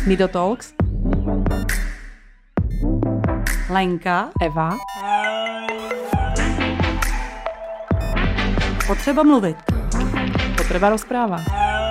Nido Talks. Lenka. Eva. Potřeba mluvit. Potřeba rozprávat.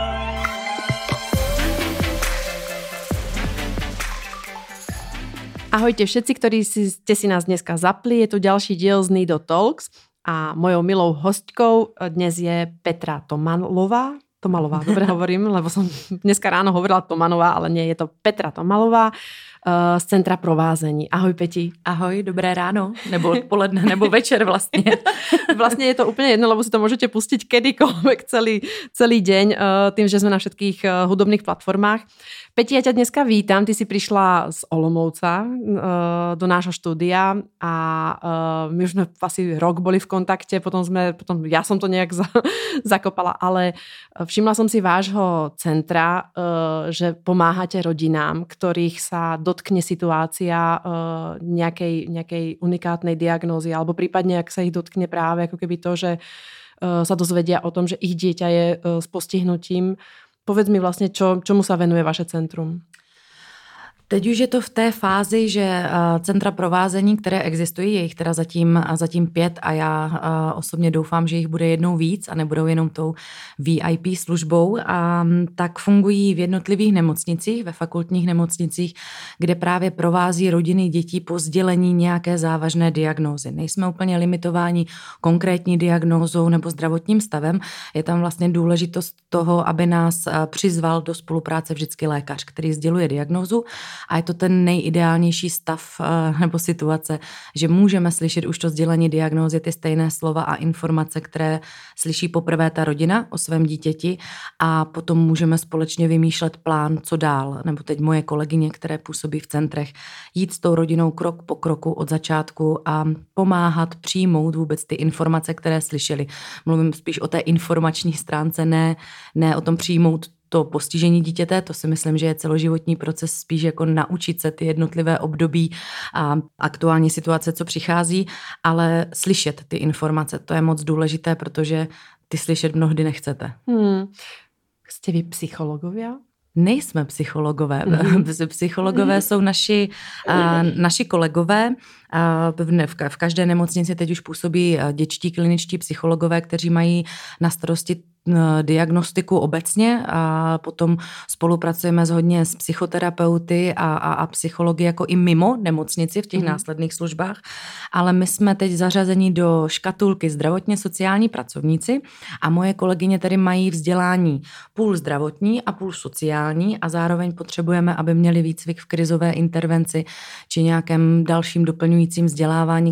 Ahojte všetci, ktorí ste si nás dneska zapli. Je tu ďalší diel z Nido Talks a mojou milou hostkou dnes je Petra Tomalová, dobre hovorím, lebo som dneska ráno hovorila Tomanová, ale nie, je to Petra Tomalová z Centra provázení. Ahoj Peti. Ahoj, dobré ráno, nebo odpoledne, nebo večer vlastně. Vlastně je to úplně jedno, lebo si to môžete pustiť kedykoľvek celý deň, tým, že sme na všetkých hudobných platformách. Peti, ja ťa dneska vítam, ty si prišla z Olomouca do nášho štúdia a my už sme asi rok boli v kontakte, potom ja som to nejak zakopala, ale všimla som si vášho centra, že pomáhate rodinám, ktorých sa dotkne situácia nejakej unikátnej diagnózy, alebo prípadne, ak sa ich dotkne práve ako keby to, že sa dozvedia o tom, že ich dieťa je s postihnutím. Povedz mi vlastně, čemu se venuje vaše centrum? Teď už je to v té fázi, že centra provázení, které existují, je jich teda zatím 5 a já osobně doufám, že jich bude jednou víc a nebudou jenom tou VIP službou, tak fungují v jednotlivých nemocnicích, ve fakultních nemocnicích, kde právě provází rodiny dětí po sdělení nějaké závažné diagnózy. Nejsme úplně limitováni konkrétní diagnózou nebo zdravotním stavem. Je tam vlastně důležitost toho, aby nás přizval do spolupráce vždycky lékař, který sděluje diagnózu. A je to ten nejideálnější stav nebo situace, že můžeme slyšet už to sdělení diagnózy, ty stejné slova a informace, které slyší poprvé ta rodina o svém dítěti a potom můžeme společně vymýšlet plán, co dál. Nebo teď moje kolegyně, které působí v centrech, jít s tou rodinou krok po kroku od začátku a pomáhat přijmout vůbec ty informace, které slyšeli. Mluvím spíš o té informační stránce, ne o tom přijmout to postižení dítěte, to si myslím, že je celoživotní proces spíš jako naučit se ty jednotlivé období a aktuální situace, co přichází, ale slyšet ty informace, to je moc důležité, protože ty slyšet mnohdy nechcete. Jste vy psychologovia? Nejsme psychologové. Psychologové jsou naši kolegové. V každé nemocnici teď už působí dětští kliničtí psychologové, kteří mají na starosti diagnostiku obecně a potom spolupracujeme hodně s psychoterapeuty a psychologi jako i mimo nemocnici v těch následných službách, ale my jsme teď zařazeni do škatulky zdravotně sociální pracovníci a moje kolegyně tedy mají vzdělání půl zdravotní a půl sociální a zároveň potřebujeme, aby měli výcvik v krizové intervenci či nějakém dalším doplňujícím vzdělávání,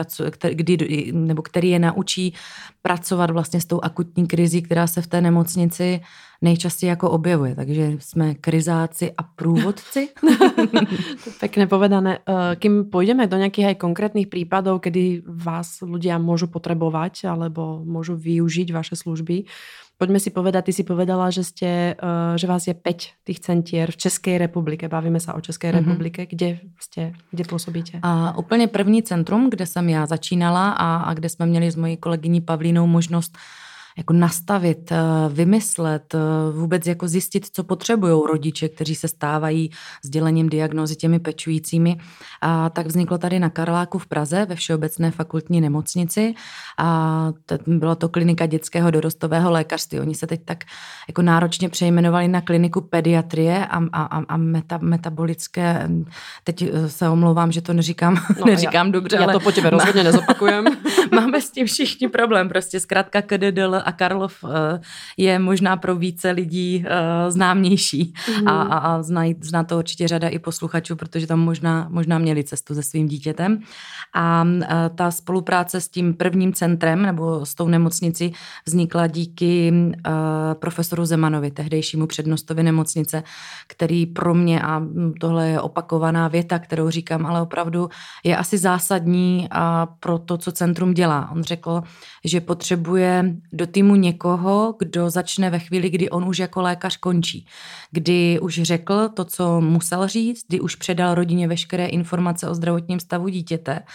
který je naučí pracovat vlastně s tou akutní krizí, která se v té nemocnici nejčastěji jako objevuje. Takže jsme krizáci a průvodci. Pekne povedané. Kým pôjdeme do nejakých aj konkrétnych prípadov, kedy vás ľudia môžu potrebovať alebo môžu využiť vaše služby, poďme si povedať, ty si povedala, že vás je 5 tých centier v Českej republike. Bavíme sa o Českej republike. Kde pôsobíte? A úplně první centrum, kde jsem já začínala a kde jsme měli s mojí kolegyní Pavlínou možnost jako nastavit, vymyslet, vůbec jako zjistit, co potřebují rodiče, kteří se stávají sdělením diagnózy těmi pečujícími. A tak vzniklo tady na Karláku v Praze ve Všeobecné fakultní nemocnici a byla to klinika dětského dorostového lékařství. Oni se teď tak jako náročně přejmenovali na kliniku pediatrie a metabolické. Teď se omlouvám, že to neříkám dobře. Já to po tebe rozhodně nezopakujem. Máme s tím všichni problém. Prostě zkrátka KDDL a Karlov je možná pro více lidí známější a zná to určitě řada i posluchačů, protože tam možná měli cestu se svým dítětem. A ta spolupráce s tím prvním centrem nebo s tou nemocnicí vznikla díky profesoru Zemanovi, tehdejšímu přednostovi nemocnice, který pro mě, a tohle je opakovaná věta, kterou říkám, ale opravdu je asi zásadní pro to, co centrum dělá. On řekl, že potřebuje do týmu někoho, kdo začne ve chvíli, kdy on už jako lékař končí. Kdy už řekl to, co musel říct, kdy už předal rodině veškeré informace o zdravotním stavu dítěte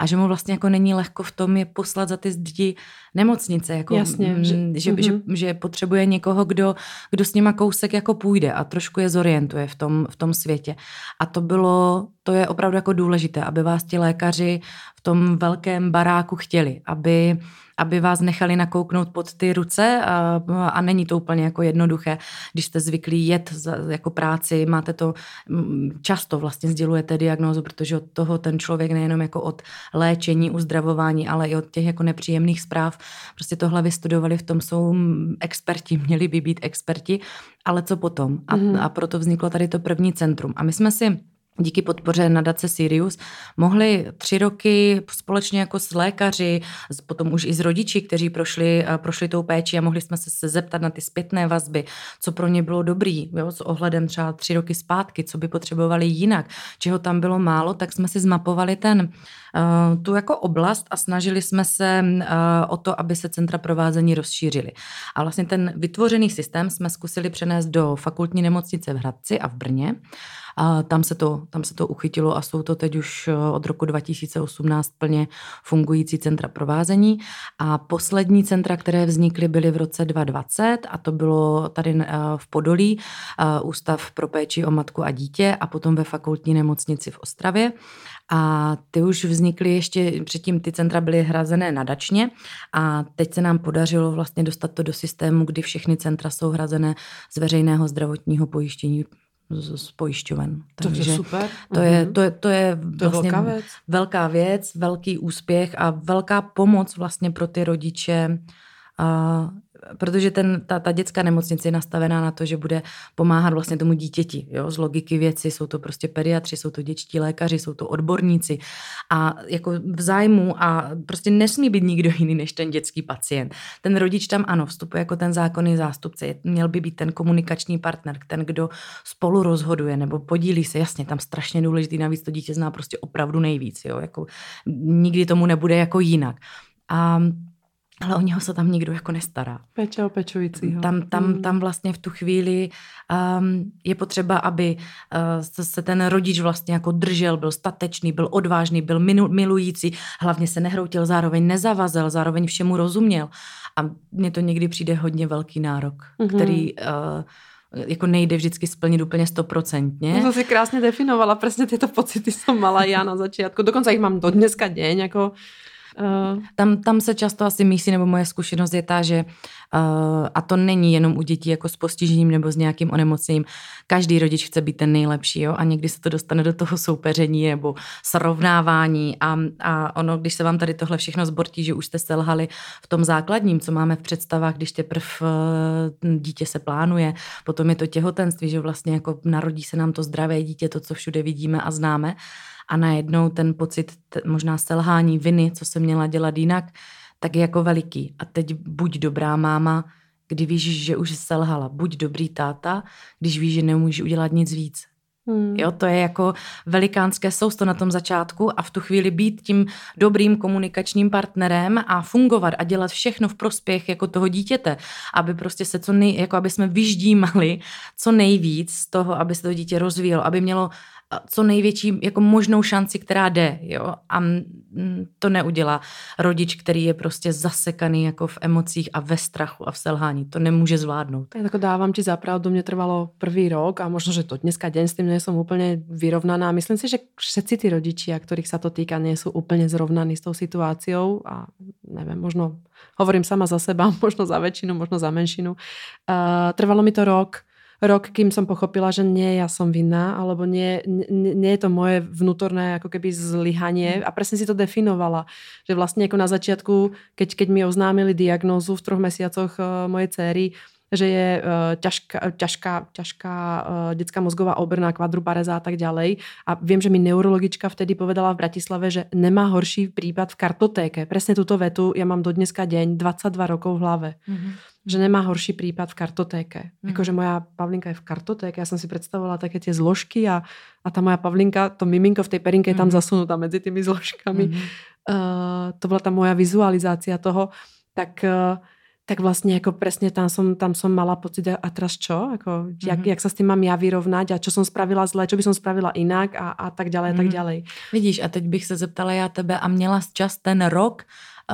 a že mu vlastně jako není lehko v tom je poslat za ty zdi nemocnice, jako, jasně, že potřebuje někoho, kdo s nima kousek jako půjde a trošku je zorientuje v tom světě. A to je opravdu jako důležité, aby vás ti lékaři v tom velkém baráku chtěli, aby vás nechali nakouknout pod ty ruce a není to úplně jako jednoduché, když jste zvyklí jet jako práci, máte to, často vlastně sdělujete diagnózu, protože od toho ten člověk nejenom jako od léčení, uzdravování, ale i od těch jako nepříjemných zpráv, prostě tohle vystudovali, v tom jsou experti, měli by být experti, ale co potom? A proto vzniklo tady to první centrum. A my jsme si díky podpoře nadace Sirius mohli 3 roky společně jako s lékaři, potom už i s rodiči, kteří prošli tou péčí a mohli jsme se zeptat na ty zpětné vazby, co pro ně bylo dobrý, jo, s ohledem třeba 3 roky zpátky, co by potřebovali jinak, čeho tam bylo málo, tak jsme si zmapovali tu jako oblast a snažili jsme se o to, aby se centra provázení rozšířily. A vlastně ten vytvořený systém jsme zkusili přenést do fakultní nemocnice v Hradci a v Brně. A tam se to uchytilo a jsou to teď už od roku 2018 plně fungující centra provázení. A poslední centra, které vznikly, byly v roce 2020 a to bylo tady v Podolí, Ústav pro péči o matku a dítě a potom ve fakultní nemocnici v Ostravě. A ty už vznikly ještě, předtím ty centra byly hrazené nadačně a teď se nám podařilo vlastně dostat to do systému, kdy všechny centra jsou hrazené z veřejného zdravotního pojištění z pojišťoven. Takže super. To je vlastně velká věc, velký úspěch a velká pomoc vlastně pro ty rodiče, protože ta dětská nemocnice je nastavená na to, že bude pomáhat vlastně tomu dítěti. Jo? Z logiky věci jsou to prostě pediatři, jsou to dětští lékaři, jsou to odborníci a jako v zájmu a prostě nesmí být nikdo jiný než ten dětský pacient. Ten rodič tam ano, vstupuje jako ten zákonný zástupce, měl by být ten komunikační partner, ten, kdo spolu rozhoduje nebo podílí se, jasně, tam strašně důležitý, navíc to dítě zná prostě opravdu nejvíc, jo? Jako, nikdy tomu nebude jako jinak. Ale o něho se tam nikdo jako nestará. Péče o pečujícího. Tam vlastně v tu chvíli je potřeba, aby se ten rodič vlastně jako držel, byl statečný, byl odvážný, byl milující, hlavně se nehroutil, zároveň nezavazel, zároveň všemu rozuměl. A mně to někdy přijde hodně velký nárok, který jako nejde vždycky splnit úplně 100%. To si krásně definovala, přesně tyto pocity jsem mala já na začátku. Dokonce jich mám do dneska deň, jako... Tam se často asi mísí, nebo moje zkušenost je ta, že a to není jenom u dětí jako s postižením nebo s nějakým onemocněním. Každý rodič chce být ten nejlepší, jo? A někdy se to dostane do toho soupeření nebo srovnávání a ono, když se vám tady tohle všechno zbortí, že už jste selhali v tom základním, co máme v představách, když teprve dítě se plánuje, potom je to těhotenství, že vlastně jako narodí se nám to zdravé dítě, to, co všude vidíme a známe. A najednou ten pocit možná selhání, viny, co jsem měla dělat jinak, tak je jako veliký. A teď buď dobrá máma, kdy víš, že už selhala. Buď dobrý táta, když víš, že nemůžeš udělat nic víc. Jo, to je jako velikánské sousto na tom začátku a v tu chvíli být tím dobrým komunikačním partnerem a fungovat a dělat všechno v prospěch jako toho dítěte, aby prostě se jako aby jsme vyždímali co nejvíc z toho, aby se to dítě rozvíjelo, aby mělo co největší jako možnou šanci, která jde, jo. A to neudělá rodič, který je prostě zasekaný jako v emocích a ve strachu a v selhání. To nemůže zvládnout. Ja tako dávam ti za pravdu, mne trvalo prvý rok a možno, že to dneska deň s tým nie som úplne vyrovnaná. Myslím si, že všetci tí rodičia, ktorých sa to týka, nie sú úplne zrovnaní s tou situáciou a neviem, možno hovorím sama za seba, možno za väčšinu, možno za menšinu. Trvalo mi to rok, kým som pochopila, že nie ja som vinná, alebo nie je to moje vnútorné ako keby zlyhanie a presne si to definovala, že vlastne ako na začiatku, keď mi oznámili diagnózu v 3 mesiacoch mojej dcery, že je ťažká detská mozgová obrna, kvadrupareza a tak ďalej. A viem, že mi neurologička vtedy povedala v Bratislave, že nemá horší prípad v kartotéke. Presne túto vetu ja mám do dneska deň 22 rokov v hlave. Že nemá horší prípad v kartotéke. Akože moja Pavlinka je v kartotéke. Ja som si predstavovala také tie zložky a tá moja Pavlinka, to miminko v tej perinke je tam zasunutá medzi tými zložkami. To bola tá moja vizualizácia toho. Tak Tak vlastně jako presne tam som mala pocit, a teraz čo? Jako, jak sa s tým mám ja vyrovnať a čo som spravila zle, čo by som spravila inak a tak ďalej a tak ďalej. Vidíš, a teď bych se zeptala já tebe a měla čas ten rok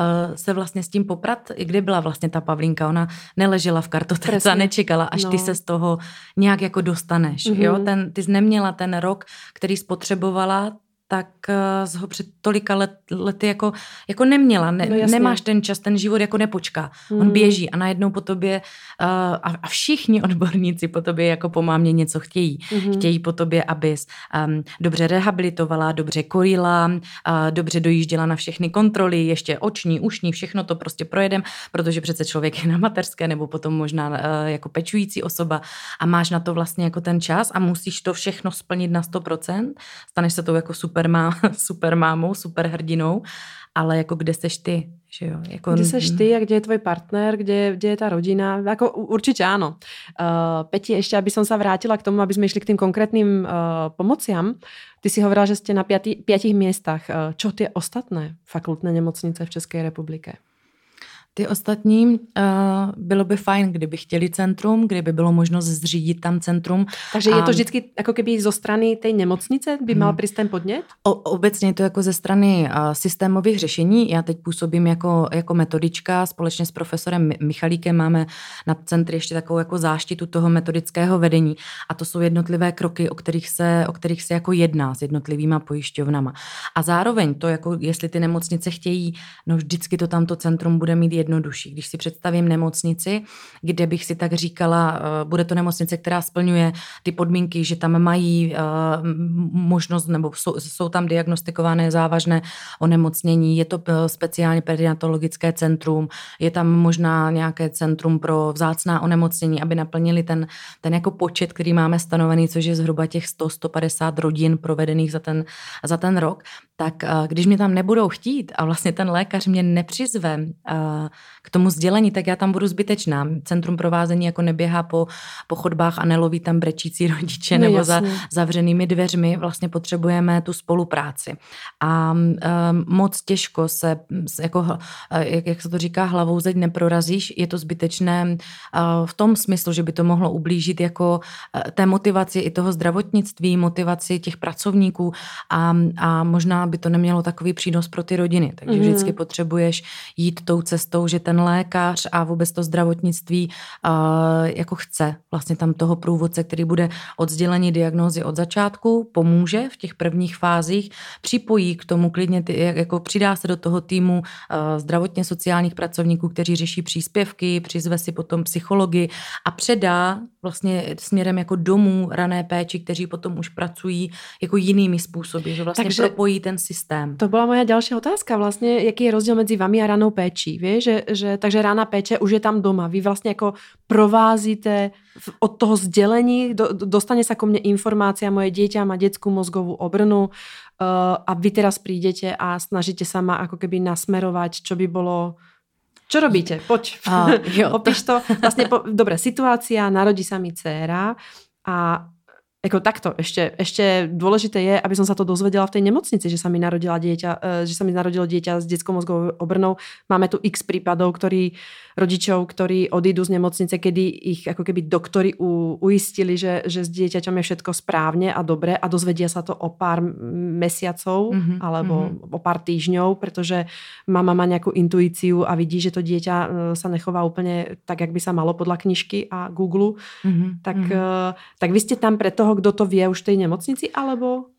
se vlastně s tím poprat, i kdy byla vlastně ta Pavlínka, ona neležela v kartotéce a nečekala, až ty se z toho nějak jako dostaneš, jo? Ty jsi neměla ten rok, který spotřebovala, tak ho před tolika lety jako neměla. Nemáš ten čas, ten život jako nepočká. On běží a najednou po tobě a všichni odborníci po tobě jako po mámě něco chtějí. Chtějí po tobě, abys dobře rehabilitovala, dobře kojila, dobře dojížděla na všechny kontroly, ještě oční, ušní, všechno to prostě projedem, protože přece člověk je na mateřské nebo potom možná jako pečující osoba a máš na to vlastně jako ten čas a musíš to všechno splnit na 100%. Staneš se tou jako super mámou, super hrdinou, ale jako kde seš ty? Že jo? Jako... Kde seš ty a kde je tvoj partner, kde je tá rodina? Ako, určite áno. Peti, ešte aby som sa vrátila k tomu, aby sme išli k tým konkrétnym pomociam. Ty si hovorila, že ste na 5 miestach. Čo tie ostatné fakultné nemocnice v Českej republike? Ty ostatní, bylo by fajn, kdyby chtěli centrum, kdyby bylo možnost zřídit tam centrum. Takže je to vždycky jako keby zo strany tej nemocnice by mal prísť ten podnět? Obecně je to jako ze strany systémových řešení. Já teď působím jako metodička, společně s profesorem Michalíkem máme na centru ještě takovou jako záštitu toho metodického vedení. A to jsou jednotlivé kroky, o kterých se jako jedná s jednotlivýma pojišťovnama. A zároveň to, jako jestli ty nemocnice chtějí, no vždycky to tamto centrum bude mít jednodušší. Když si představím nemocnici, kde bych si tak říkala, bude to nemocnice, která splňuje ty podmínky, že tam mají možnost, nebo jsou tam diagnostikované závažné onemocnění, je to speciálně pediatrologické centrum, je tam možná nějaké centrum pro vzácná onemocnění, aby naplnili ten jako počet, který máme stanovený, což je zhruba těch 100-150 rodin provedených za ten rok, tak když mě tam nebudou chtít a vlastně ten lékař mě nepřizve k tomu sdělení, tak já tam budu zbytečná. Centrum provázení jako neběhá po chodbách a neloví tam brečící rodiče nebo za zavřenými dveřmi. Vlastně potřebujeme tu spolupráci. A moc těžko se, jako, jak se to říká, hlavou zeď neprorazíš. Je to zbytečné v tom smyslu, že by to mohlo ublížit jako té motivaci i toho zdravotnictví, motivaci těch pracovníků a možná by to nemělo takový přínos pro ty rodiny. Takže vždycky potřebuješ jít tou cestou, že ten lékař a vůbec to zdravotnictví jako chce vlastně tam toho průvodce, který bude od sdělení diagnózy od začátku, pomůže v těch prvních fázích, připojí k tomu klidně, jako přidá se do toho týmu zdravotně sociálních pracovníků, kteří řeší příspěvky, přizve si potom psychology a předá vlastně směrem jako domů rané péči, kteří potom už pracují jako jinými způsoby, že vlastně propojí ten systém. To byla moja ďalšia otázka vlastně, jaký je rozdíl mezi vami a ranou péčí, vieš? Takže rána péče už je tam doma. Vy vlastně jako provázíte od toho sdělení, dostane sa ko mne informácia, moje dieťa má detskú mozgovú obrnu a vy teraz prídete a snažíte sa ma ako keby nasmerovať, čo by bolo... Čo robíte? Poď. Opíš to. Vlastne, dobre, situácia, narodí sa mi dcéra a jako takto, ešte dôležité je, aby som sa to dozvedela v tej nemocnici, že sa mi narodilo dieťa s detskou mozgovou obrnou. Máme tu x prípadov, rodičov, ktorí odídu z nemocnice, kedy ich ako keby doktori uistili, že s dieťaťom je všetko správne a dobre a dozvedia sa to o pár mesiacov alebo o pár týždňov, pretože mama má nejakú intuíciu a vidí, že to dieťa sa nechová úplne tak, jak by sa malo podľa knižky a Google. Tak vy ste tam pre toho, kdo to vie už v tej nemocnici, alebo...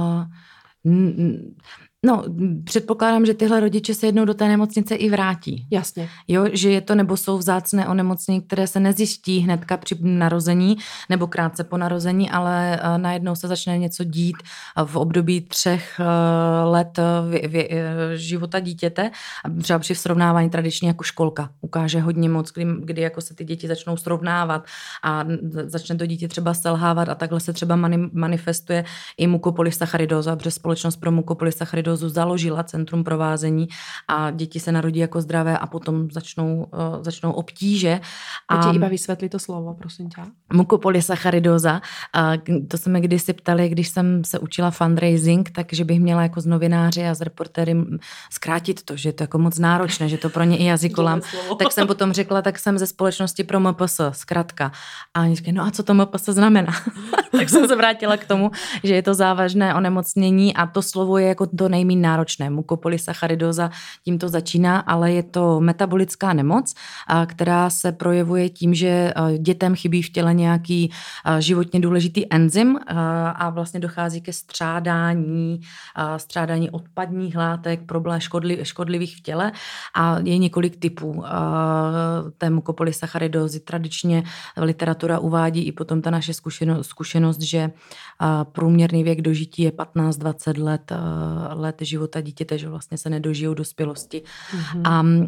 No, předpokládám, že tyhle rodiče se jednou do té nemocnice i vrátí. Jasně. Jo, že je to nebo jsou vzácné onemocnění, které se nezjistí hnedka při narození nebo krátce po narození, ale najednou se začne něco dít v období 3 let života dítěte. Třeba při srovnávání tradičně jako školka ukáže hodně moc, kdy jako se ty děti začnou srovnávat a začne to dítě třeba selhávat a takhle se třeba manifestuje i mukopolysacharidóza, protože společnost pro mukopolysacharidózu Sacharidosu založila Centrum provázení a děti se narodí jako zdravé a potom začnou obtíže. A ti iba vysvětli to slovo, prosím tě. Mukopolysacharidóza. To se mi kdysi ptali, když jsem se učila fundraising, takže bych měla jako z novináři a z reportéry zkrátit to, že je to jako moc náročné, že to pro ně i jazykolám. Tak jsem potom řekla, tak jsem ze společnosti pro MPS, zkrátka. A oni říkají, no a co to MPS znamená? Tak jsem se vrátila k tomu, že je to závažné onemocnění a to slovo je jako to nejméně náročné. Mukopolysacharidóza tím to začíná, ale je to metabolická nemoc, která se projevuje tím, že dětem chybí v těle nějaký životně důležitý enzym a vlastně dochází ke střádání odpadních látek, problém škodlivých v těle a je několik typů té mukopolysacharidózy. Tradičně literatura uvádí i potom ta naše zkušenost, že průměrný věk dožití je 15-20 let života dítěte, že vlastně se nedožijou dospělosti. Mm-hmm.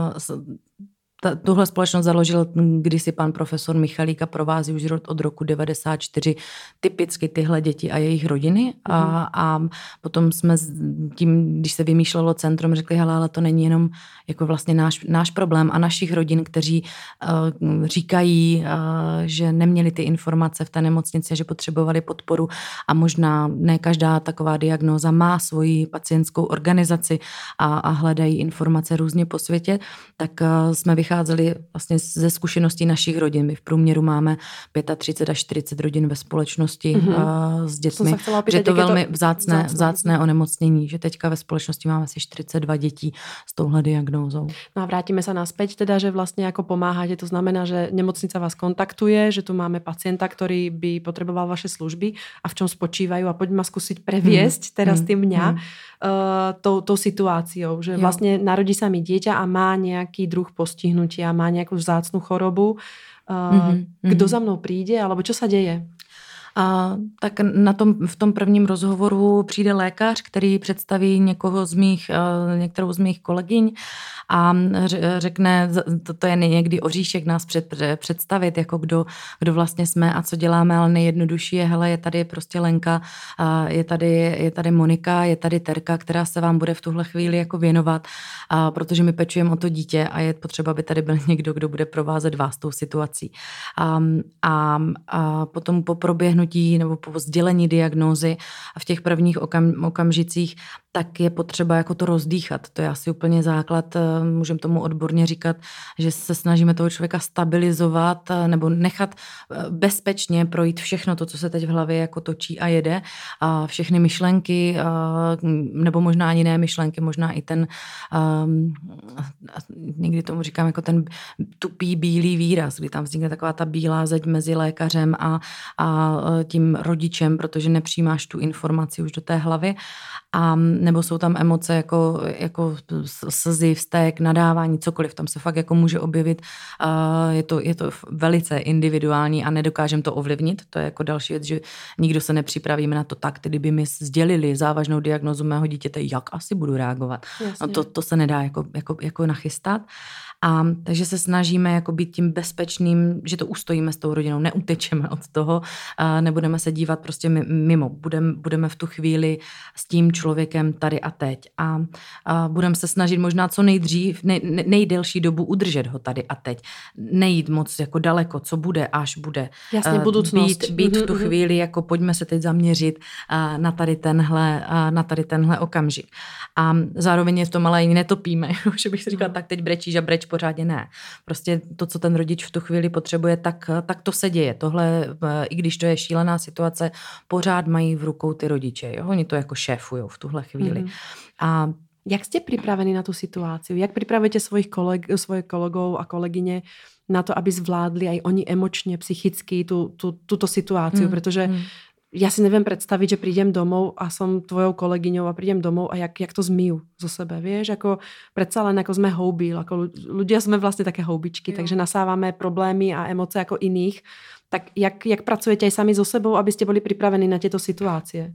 Tuhle společnost založil kdysi pan profesor Michalík a provází už od roku 94 typicky tyhle děti a jejich rodiny. A potom jsme tím, když se vymýšlelo centrum, řekli, hele, ale to není jenom jako vlastně náš problém a našich rodin, kteří říkají, že neměli ty informace v té nemocnici, že potřebovali podporu a možná ne každá taková diagnóza má svoji pacientskou organizaci a hledají informace různě po světě, tak jsme vycházeli vlastně ze zkušeností našich rodin. My v průměru máme 35 až 40 rodin ve společnosti s dětmi, že je to velmi vzácné onemocnění, že teďka ve společnosti máme asi 42 dětí s touhle diagnózou. No a vrátíme sa naspäť, teda, že vlastně jako pomáháte, to znamená, že nemocnica vás kontaktuje, že tu máme pacienta, ktorý by potreboval vaše služby a v čom spočívajú a poďme skúsiť previesť teraz tým mňa tou situáciou, že vlastně narodí sa mi dieťa a má nejaký druh postihnutia, má nejakú vzácnu chorobu. Kdo za mnou príde, alebo čo sa deje? Tak v tom prvním rozhovoru přijde lékař, který představí některou z mých kolegyň a řekne, to je někdy oříšek nás představit, jako kdo vlastně jsme a co děláme, ale nejjednodušší je, hele, je tady prostě Lenka, je tady Monika, je tady Terka, která se vám bude v tuhle chvíli jako věnovat, protože my pečujeme o to dítě a je potřeba, aby tady byl někdo, kdo bude provázet vás tou situací. A potom po proběhnutí nebo po sdělení diagnózy a v těch prvních okamžicích, tak je potřeba jako to rozdýchat. To je asi úplně základ, můžeme tomu odborně říkat, že se snažíme toho člověka stabilizovat nebo nechat bezpečně projít všechno to, co se teď v hlavě jako točí a jede. A všechny myšlenky, nebo možná ani ne myšlenky, možná i ten, někdy tomu říkám jako ten tupý bílý výraz, kdy tam vznikne taková ta bílá zeď mezi lékařem a tím rodičem, protože nepřijímáš tu informaci už do té hlavy. A nebo jsou tam emoce jako slzy, vztek, nadávání, cokoliv. Tam se fakt jako může objevit. Je to velice individuální a nedokážeme to ovlivnit. To je jako další věc, že nikdo se nepřipravíme na to tak, kdyby mi sdělili závažnou diagnózu mého dítěte, jak asi budu reagovat. No to se nedá jako nachystat. Takže se snažíme jako být tím bezpečným, že to ustojíme s tou rodinou, neutečeme od toho, nebudeme se dívat prostě mimo. Budeme v tu chvíli s tím člověkem tady a teď. A budeme se snažit možná co nejdřív, nejdelší dobu udržet ho tady a teď. Nejít moc jako daleko, co bude, až bude. Jasně, budoucnost. Být v tu chvíli, jako pojďme se teď zaměřit na tady tenhle okamžik. A zároveň je v tom ale i netopíme, že bych si říkala, tak teď brečíš a breč pořádně ne. Prostě to, co ten rodič v tu chvíli potřebuje, tak to se děje. Tohle, i když to je šílená situace, pořád mají v rukou ty rodiče. Jo? Oni to jako šéfujou v tuhle chvíli. A jak jste připraveni na tu situaci? Jak připravujete svojich kolegov a kolegyně na to, aby zvládli aj oni emočně, psychicky tuto situaci? Protože ja si neviem predstaviť, že prídem domov a som tvojou kolegyňou a prídem domov a jak to zmijú zo sebe, vieš? Ako predsa len ako sme houby, ako ľudia sme vlastne také houbičky, takže nasávame problémy a emoce ako iných. Tak jak pracujete aj sami so sebou, aby ste boli pripravení na tieto situácie?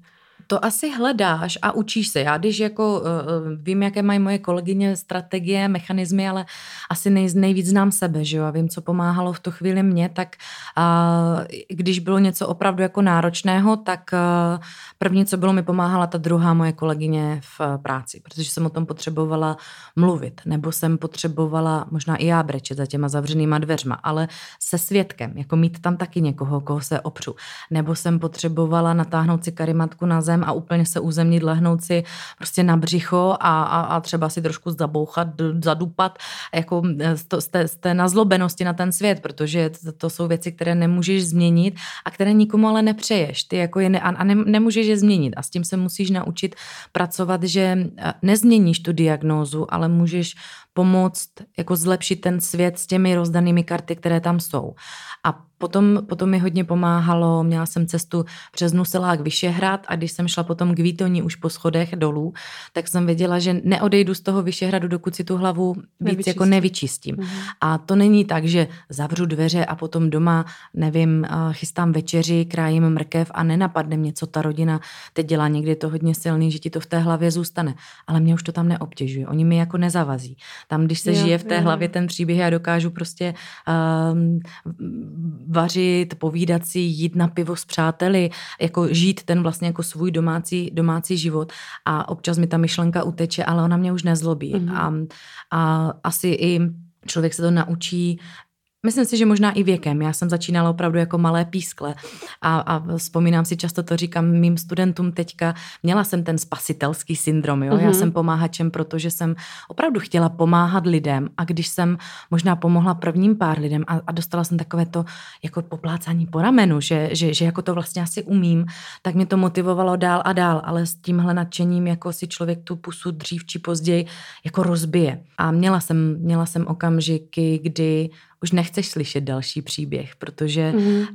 To asi hledáš a učíš se. Já když jako vím, jaké mají moje kolegyně strategie, mechanismy, ale asi nejvíc znám sebe, že jo, a vím, co pomáhalo v tu chvíli mně, tak když bylo něco opravdu jako náročného, tak první, co bylo, mi pomáhala ta druhá moje kolegyně v práci, protože jsem o tom potřebovala mluvit, nebo jsem potřebovala možná i já brečet za těma zavřenýma dveřma, ale se svědkem, jako mít tam taky někoho, koho se opřu. Nebo jsem potřebovala natáhnout si karimatku na zem a úplně se uzemnit, lehnout si prostě na břicho a třeba si trošku zabouchat, zadupat jako z té nazlobenosti na ten svět, protože to jsou věci, které nemůžeš změnit a které nikomu ale nepřeješ. Ty jako nemůžeš je změnit a s tím se musíš naučit pracovat, že nezměníš tu diagnózu, ale můžeš pomoct jako zlepšit ten svět s těmi rozdanými karty, které tam jsou. A potom mi hodně pomáhalo, měla jsem cestu přes Nuselák Vyšehrad a když jsem šla potom k Výtoní už po schodech dolů, tak jsem věděla, že neodejdu z toho Vyšehradu, dokud si tu hlavu víc jako nevyčistím. A to není tak, že zavřu dveře a potom doma, nevím, chystám večeři, krájím mrkev a nenapadne mě, co ta rodina teď dělá. Někdy je to hodně silný, že ti to v té hlavě zůstane. Ale mě už to tam neobtěžuje. Oni mi jako nezavazí. Tam, když se žije v té hlavě ten příběh, já dokážu prostě vařit, povídat si, jít na pivo s přáteli, jako žít ten vlastně jako svůj domácí život a občas mi ta myšlenka uteče, ale ona mě už nezlobí. A asi i člověk se to naučí. Myslím si, že možná i věkem. Já jsem začínala opravdu jako malé pískle a vzpomínám si, často to říkám mým studentům teďka, měla jsem ten spasitelský syndrom, jo? Já jsem pomáhačem, protože jsem opravdu chtěla pomáhat lidem a když jsem možná pomohla prvním pár lidem a dostala jsem takové to jako poplácání po ramenu, že jako to vlastně asi umím, tak mě to motivovalo dál a dál, ale s tímhle nadšením jako si člověk tu pusu dřív či později jako rozbije. A měla jsem okamžiky, kdy už nechceš slyšet další příběh, protože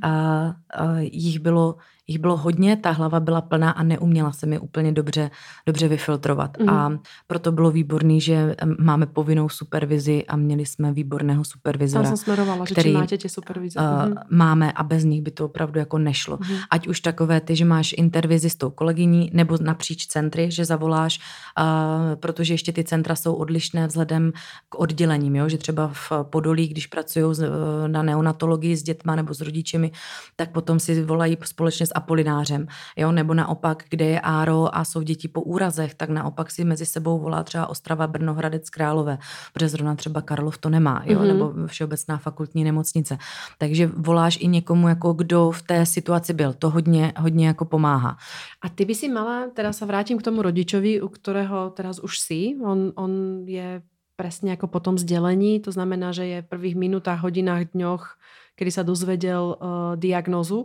jich bylo hodně, ta hlava byla plná a neuměla se mi úplně dobře vyfiltrovat. A proto bylo výborný, že máme povinnou supervizi a měli jsme výborného supervizora. Tam jsem smerovala, který máte tě supervize. Máme a bez nich by to opravdu jako nešlo. Ať už takové ty, že máš intervizi s tou kolegyní nebo napříč centry, že zavoláš, protože ještě ty centra jsou odlišné vzhledem k oddělením, jo? Že třeba v Podolí, když pracují na neonatologii s dětma nebo s rodičemi, tak potom si volají společně s Apolinářem, jo? Nebo naopak, kde je Áro a jsou děti po úrazech, tak naopak si mezi sebou volá třeba Ostrava, Brno, Hradec Králové, protože zrovna třeba Karlov to nemá, jo? Nebo Všeobecná fakultní nemocnice. Takže voláš i někomu, jako kdo v té situaci byl. To hodně jako pomáhá. A ty by si mala, teraz sa vrátim k tomu rodičovi, u ktorého teraz už si, on je presne ako po tom vzdelení, to znamená, že je v prvých minútach, hodinách, dňoch, kedy sa dozvedel diagnózu.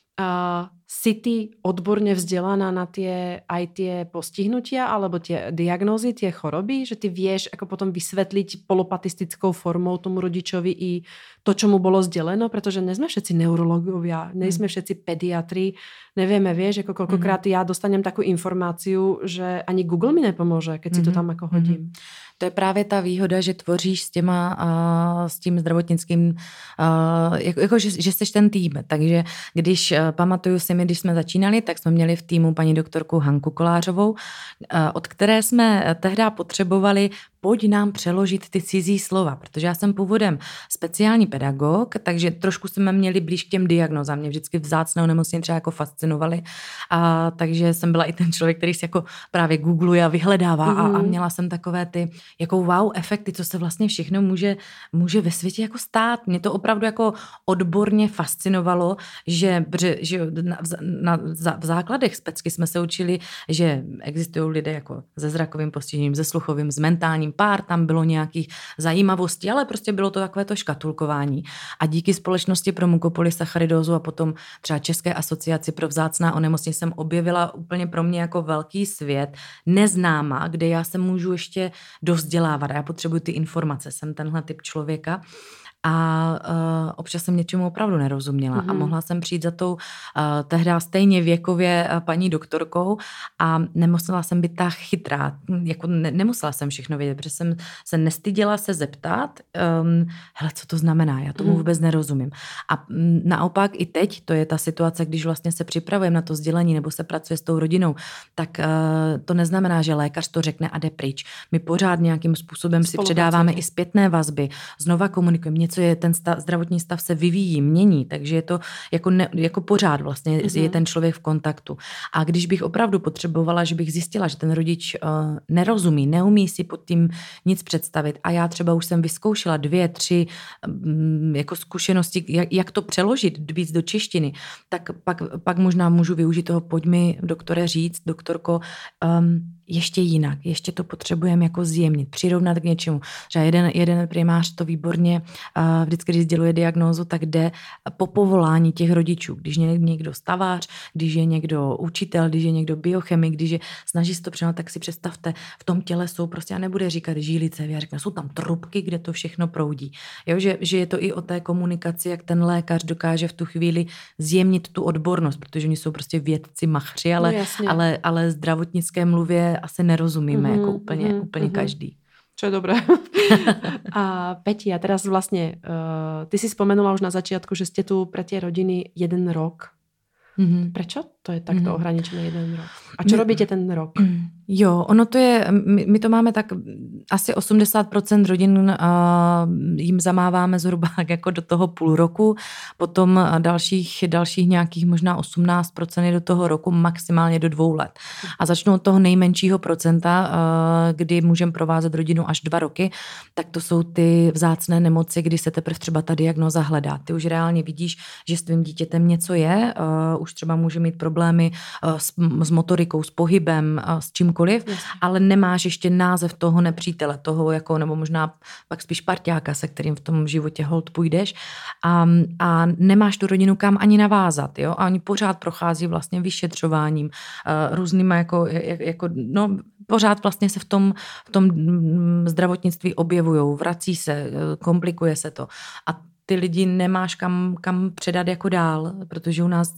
Si ty odborne vzdelaná na aj tie postihnutia alebo tie diagnózy, tie choroby, že ty vieš ako potom vysvetliť polopatistickou formou tomu rodičovi i to, čo mu bolo sdeleno, pretože nesme všetci neurologovia, nejsme všetci pediatri, nevieme, vieš, ako koľkokrát ja dostanem takú informáciu, že ani Google mi nepomôže, keď si to tam ako hodím. To je právě ta výhoda, že tvoříš s tím zdravotnickým, že jsi ten tým. Takže když pamatuju si mi, když jsme začínali, tak jsme měli v týmu paní doktorku Hanku Kolářovou, od které jsme tehdy potřebovali pojď nám přeložit ty cizí slova, protože já jsem původem speciální pedagog, takže trošku jsme měli blíž k těm diagnozám. Mě vždycky vzácné onemocnění třeba jako fascinovaly, takže jsem byla i ten člověk, který si jako právě googluje a vyhledává a měla jsem takové ty jako wow efekty, co se vlastně všechno může ve světě jako stát. Mě to opravdu jako odborně fascinovalo, že v základech specky jsme se učili, že existují lidé jako se zrakovým postižením, se sluchovým, s mentálním, pár tam bylo nějakých zajímavostí, ale prostě bylo to takové to škatulkování. A díky společnosti pro mukopolysacharidózu a potom třeba České asociaci pro vzácná onemocnění jsem objevila úplně pro mě jako velký svět, neznámá, kde já se můžu ještě dovzdělávat a já potřebuji ty informace, jsem tenhle typ člověka. a občas jsem něčemu opravdu nerozuměla a mohla jsem přijít za tou tehdy stejně věkově paní doktorkou a nemusela jsem být tak chytrá, jako nemusela jsem všechno vědět, protože jsem se nestyděla se zeptat, hele, co to znamená, já tomu vůbec nerozumím. A naopak i teď, to je ta situace, když vlastně se připravujeme na to sdělení nebo se pracuje s tou rodinou, tak to neznamená, že lékař to řekne a jde pryč. My pořád nějakým způsobem si předáváme i zpětné vazby, znova komunikujeme, něco je, ten zdravotní stav se vyvíjí, mění, takže je to jako pořád vlastně je ten člověk v kontaktu. A když bych opravdu potřebovala, že bych zjistila, že ten rodič nerozumí, neumí si pod tím nic představit a já třeba už jsem vyzkoušela 2, 3 jako zkušenosti, jak to přeložit víc do češtiny, tak pak možná můžu využít toho, pojď mi, doktore, říct, doktorko, ještě jinak, ještě to potřebujeme jako zjemnit, přirovnat k něčemu. Že jeden primář to výborně vždycky, když sděluje diagnózu, tak jde po povolání těch rodičů. Když je někdo stavář, když je někdo učitel, když je někdo biochemik, když je snaží se to přenat, tak si představte, v tom těle jsou prostě, a nebude říkat žílice, já řekne, jsou tam trubky, kde to všechno proudí. Jo, že je to i o té komunikaci, jak ten lékař dokáže v tu chvíli zjemnit tu odbornost, protože oni jsou prostě vědci, machři, ale zdravotnické mluvě asi nerozumíme jako úplně každý. Čo je dobré. A Peti, a teraz vlastne, ty si spomenula už na začiatku, že ste tu pre tie rodiny 1 rok. Prečo to je takto ohraničené 1 rok? A čo robíte ten rok? Jo, ono to je, my to máme tak asi 80% rodin jim zamáváme zhruba jako do toho půl roku, potom dalších nějakých možná 18% je do toho roku, maximálně do 2 let. A začnu od toho nejmenšího procenta, kdy můžeme provázet rodinu až 2 roky, tak to jsou ty vzácné nemoci, kdy se teprve třeba ta diagnóza hledá. Ty už reálně vidíš, že s tvým dítětem něco je, už třeba může mít problémy s motorikou, s pohybem, s čímkoliv, ale nemáš ještě název toho nepřítele, toho jako, nebo možná pak spíš parťáka, se kterým v tom životě holt půjdeš a nemáš tu rodinu kam ani navázat, jo? A oni pořád prochází vlastně vyšetřováním, různýma no, pořád vlastně se v tom zdravotnictví objevujou, vrací se, komplikuje se to a ty lidi nemáš kam předat jako dál, protože u nás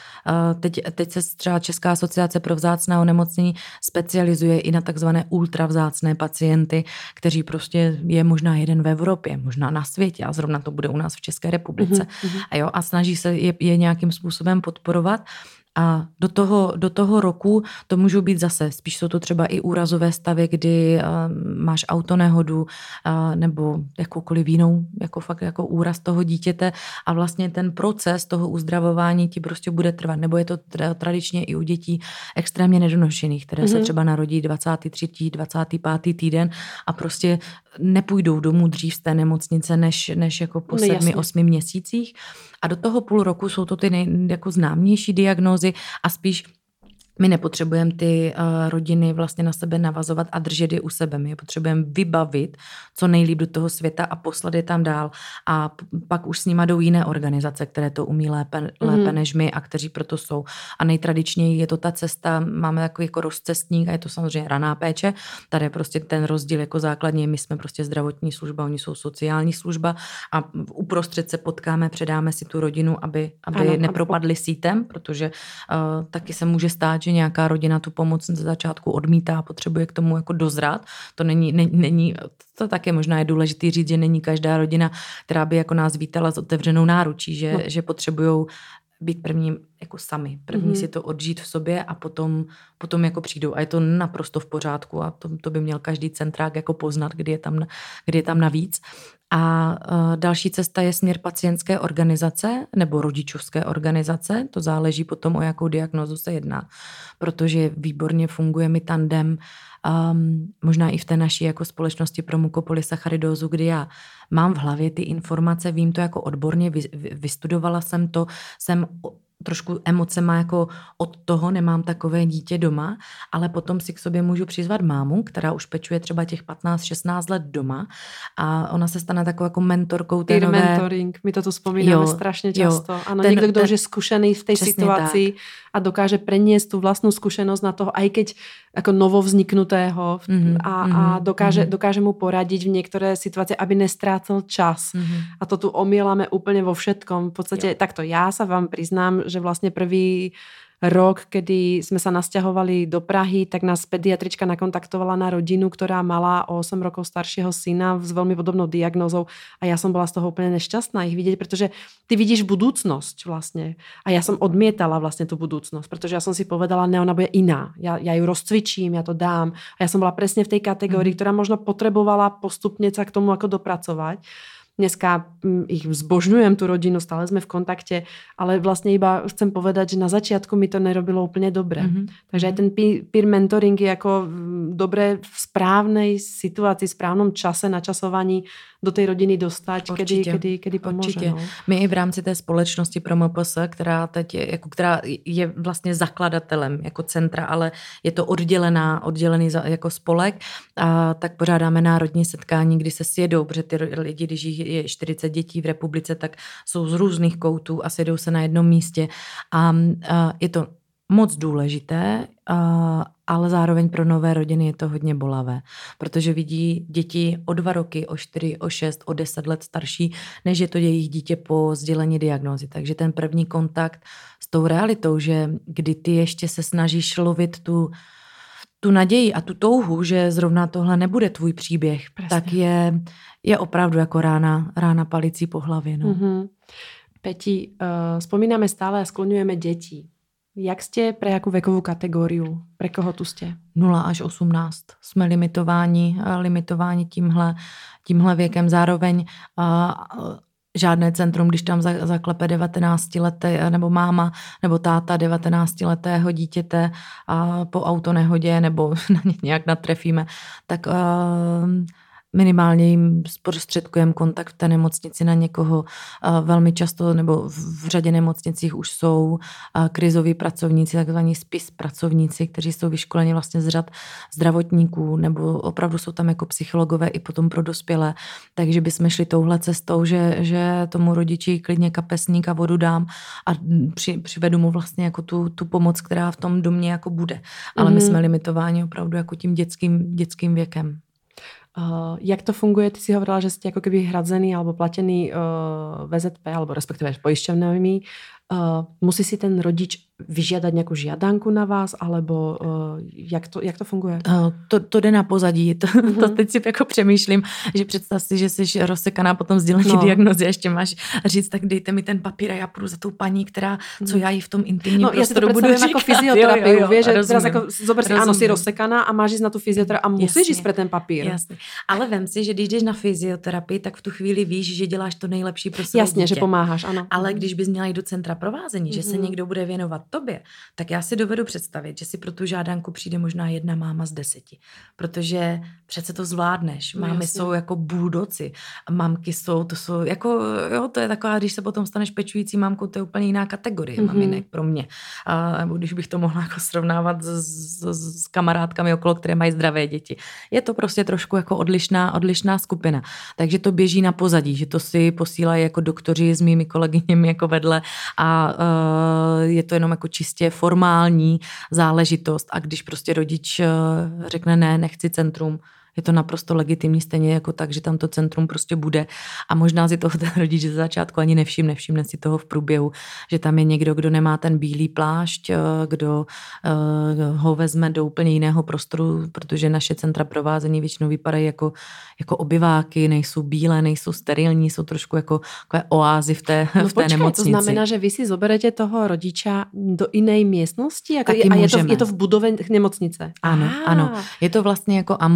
teď se třeba Česká asociace pro vzácná onemocnění specializuje i na takzvané ultravzácné pacienty, kteří prostě je možná jeden v Evropě, možná na světě a zrovna to bude u nás v České republice. A snaží se je nějakým způsobem podporovat. A do toho roku to můžou být zase, spíš jsou to třeba i úrazové stavy, kdy máš autonehodu nebo jakoukoliv jinou, jako fakt jako úraz toho dítěte a vlastně ten proces toho uzdravování ti prostě bude trvat. Nebo je to tradičně i u dětí extrémně nedonošených, které se třeba narodí 23., 25. týden a prostě nepůjdou domů dřív z té nemocnice, než jako po 7-8 měsících. A do toho půl roku jsou to ty jako známější diagnózy a spíš my nepotřebujeme ty rodiny vlastně na sebe navazovat a držet je u sebe. My je potřebujeme vybavit co nejlíp do toho světa a poslat je tam dál. A pak už s nima jdou jiné organizace, které to umí lépe než my a kteří proto jsou. A nejtradičněji je to ta cesta, máme takový jako rozcestník a je to samozřejmě raná péče. Tady je prostě ten rozdíl jako základně. My jsme prostě zdravotní služba, oni jsou sociální služba a uprostřed se potkáme, předáme si tu rodinu, aby nepropadli sítem, protože taky se může stát, že nějaká rodina tu pomoc ze začátku odmítá a potřebuje k tomu jako dozrát. To není to také možná je důležité říct, že není každá rodina, která by jako nás vítala s otevřenou náručí, že potřebujou být první jako sami. První si to odžít v sobě a potom jako přijdou. A je to naprosto v pořádku a to by měl každý centrák jako poznat, kdy je tam navíc. A další cesta je směr pacientské organizace nebo rodičovské organizace. To záleží potom, o jakou diagnózu se jedná. Protože výborně funguje mi tandem, možná i v té naší jako společnosti pro mukopolysacharidózu, kdy já mám v hlavě ty informace, vím to jako odborně, vystudovala jsem to, jsem trošku emocema jako od toho, nemám takové dítě doma, ale potom si k sobě můžu přizvat mámu, která už pečuje třeba těch 15-16 let doma a ona se stane takovou jako mentorkou té nové... mentoring, my to tu vzpomínáme strašně často. Ano, někdo, kdo už je zkušený v té situaci tak. A dokáže preniesť tú vlastnú skúsenosť na toho, aj keď ako novovzniknutého a dokáže mu poradiť v niektoré situácie, aby nestrácel čas. A to tu omielame úplne vo všetkom. V podstate takto ja sa vám priznám, že vlastne prvý rok, kedy sme sa nasťahovali do Prahy, tak nás pediatrička nakontaktovala na rodinu, ktorá mala o 8 rokov staršieho syna s veľmi podobnou diagnózou a ja som bola z toho úplne nešťastná ich vidieť, pretože ty vidíš budúcnosť vlastne. A ja som odmietala vlastne tú budúcnosť, pretože ja som si povedala, ne, ona bude iná. Ja ju rozcvičím, ja to dám. A ja som bola presne v tej kategórii, ktorá možno potrebovala postupne sa k tomu ako dopracovať. Dneska ich zbožňujem, tú rodinu, stále sme v kontakte, ale vlastne iba chcem povedať, že na začiatku mi to nerobilo úplne dobre. Takže aj ten peer mentoring je ako dobre v správnej situácii, v správnom čase, načasovaní do tej rodiny dostať, kedy pomôže. No. My i v rámci té společnosti ProMPS, která teď je, která je vlastně zakladatelem jako centra, ale je to oddělený jako spolek, a tak pořádáme národní setkání, kdy se sjedou, protože ty lidi, když je 40 dětí v republice, tak jsou z různých koutů a sjedou se na jednom místě. A je to moc důležité, ale zároveň pro nové rodiny je to hodně bolavé, protože vidí děti o 2 roky, o 4, o 6, o 10 let starší, než je to jejich dítě po sdělení diagnózy. Takže ten první kontakt s tou realitou, že kdy ty ještě se snažíš lovit tu naději a tu touhu, že zrovna tohle nebude tvůj příběh, Presne. Tak je opravdu jako rána palicí po hlavě. No. Peti, spomíname stále a skloňujeme deti. Jak ste, pre jakú vekovú kategóriu? Pre koho tu ste? 0 až 18. Jsme limitováni tímhle věkem. Zároveň žádné centrum, když tam zaklepe 19leté nebo máma nebo táta 19letého dítěte po autonehodě nebo na ně nějak natrefíme, tak minimálně jim zprostředkujeme kontakt v té nemocnici na někoho. Velmi často, nebo v řadě nemocnicích už jsou krizoví pracovníci, takzvaní spis pracovníci, kteří jsou vyškoleni vlastně z řad zdravotníků, nebo opravdu jsou tam jako psychologové i potom pro dospělé. Takže bychom šli touhle cestou, že tomu rodiči klidně kapesník a vodu dám a přivedu mu vlastně jako tu pomoc, která v tom domě jako bude. Ale my jsme limitováni opravdu jako tím dětským věkem. Jak to funguje? Ty si hovorila, že ste ako keby hradzený alebo platený VZP, alebo respektíve poisťovňovými. Musí si ten rodič vyžiadať nejakú žiadanku na vás, alebo jak to funguje? To jde na pozadí. To teď si jako přemýšlím, že představ si, že jsi rozsekaná potom sdělení diagnozy a ještě máš říct, tak dejte mi ten papír a já půjdu za tou paní, která, co já jí v tom intimním prostoru budu říkat. Jako fyzioterapii, vieš, že teraz ako zober si, áno, si rozsekaná a máš ísť na tú fyzioterapii a musíš ísť pre ten papír. Jasně. Ale vem si, že když jdeš na fyzioterapii, tak v tu chvíli víš, že děláš to nejlepší pro své Jasně, dítě. že pomáháš, ano. Ale když bys měla jít do centra provázení, že se někdo bude věnovat tobě, tak já si dovedu představit, že si pro tu žádanku přijde možná 1 máma z 10. Protože přece to zvládneš. Mámy jsou jako buldoci. Mamky jsou jako, jo, to je taková, když se potom staneš pečující mámkou, to je úplně jiná kategorie maminek pro mě. Nebo když bych to mohla jako srovnávat s kamarádkami okolo, které mají zdravé děti. Je to prostě trošku jako odlišná skupina. Takže to běží na pozadí, že to si posílají jako doktoři s mými kolegyněmi jako vedle a je to jenom jako čistě formální záležitost a když prostě rodič řekne ne, nechci centrum, je to naprosto legitimní, stejně jako tak, že tam to centrum prostě bude a možná si toho ten rodič ze začátku ani nevšimne si toho v průběhu, že tam je někdo, kdo nemá ten bílý plášť, kdo ho vezme do úplně jiného prostoru, protože naše centra provázení většinou vypadají jako obyváky, nejsou bílé, nejsou sterilní, jsou trošku jako oázy v té nemocnici. To znamená, že vy si zoberete toho rodiča do jiné místnosti? A je to v budově nemocnice? Ano. Je to vlastně jako ambulant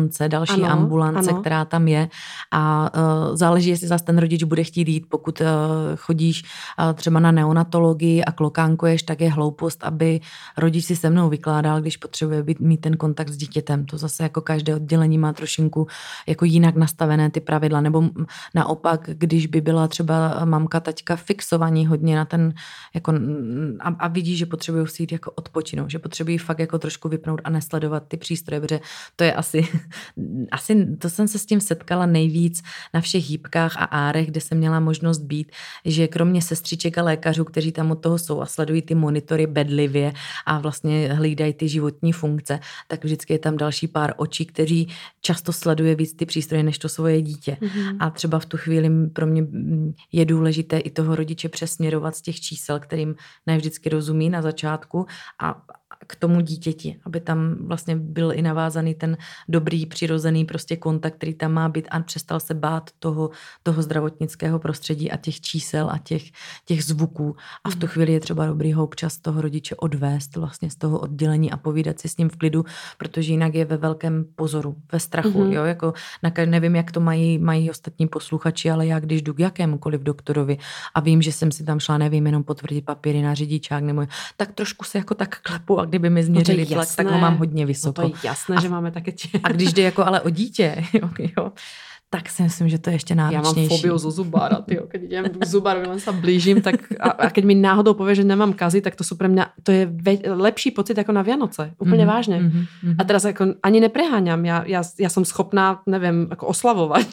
další ambulance, která tam je a záleží, jestli zase ten rodič bude chtít jít, pokud chodíš třeba na neonatologii a klokánkuješ, tak je hloupost, aby rodič si se mnou vykládal, když potřebuje mít ten kontakt s dítětem. To zase jako každé oddělení má trošinku jako jinak nastavené ty pravidla, nebo naopak, když by byla třeba mamka, taťka fixovaní hodně na ten jako a vidí, že potřebují si jít jako odpočinout, že potřebují fakt jako trošku vypnout a nesledovat ty přístroje, protože to je asi to jsem se s tím setkala nejvíc na všech hýbkách a árech, kde jsem měla možnost být, že kromě sestřiček a lékařů, kteří tam od toho jsou a sledují ty monitory bedlivě a vlastně hlídají ty životní funkce, tak vždycky je tam další pár očí, kteří často sleduje víc ty přístroje než to svoje dítě. A třeba v tu chvíli pro mě je důležité i toho rodiče přesměrovat z těch čísel, kterým ne vždycky rozumí na začátku a k tomu dítěti, aby tam vlastně byl i navázaný ten dobrý, přirozený prostě kontakt, který tam má být a přestal se bát toho zdravotnického prostředí a těch čísel a těch zvuků. A v tu chvíli je třeba dobrý ho občas toho rodiče odvést vlastně z toho oddělení a povídat si s ním v klidu, protože jinak je ve velkém pozoru, ve strachu. Jo? Jako, nevím, jak to mají ostatní posluchači, ale já když jdu k jakémukoliv doktorovi a vím, že jsem si tam šla, nevím, jenom potvrdit papíry na řidičák, nebo tak trošku se jako tak klepu a kdyby mi změřili tlak, tak ho mám hodně vysoko. No to je jasné, že máme také a když jde jako ale o dítě, jo, tak si myslím, že to je ještě náročnější. Já mám fobiu zo zubára, tyjo. Keď idem k zubárovi, len sa blížim, tak a keď mi náhodou povie, že nemám kazy, tak to sú pre mňa, to je lepší pocit ako na Vianoce. Úplne vážne. A teraz ako ani nepreháňam. Ja som schopná, neviem, ako oslavovať.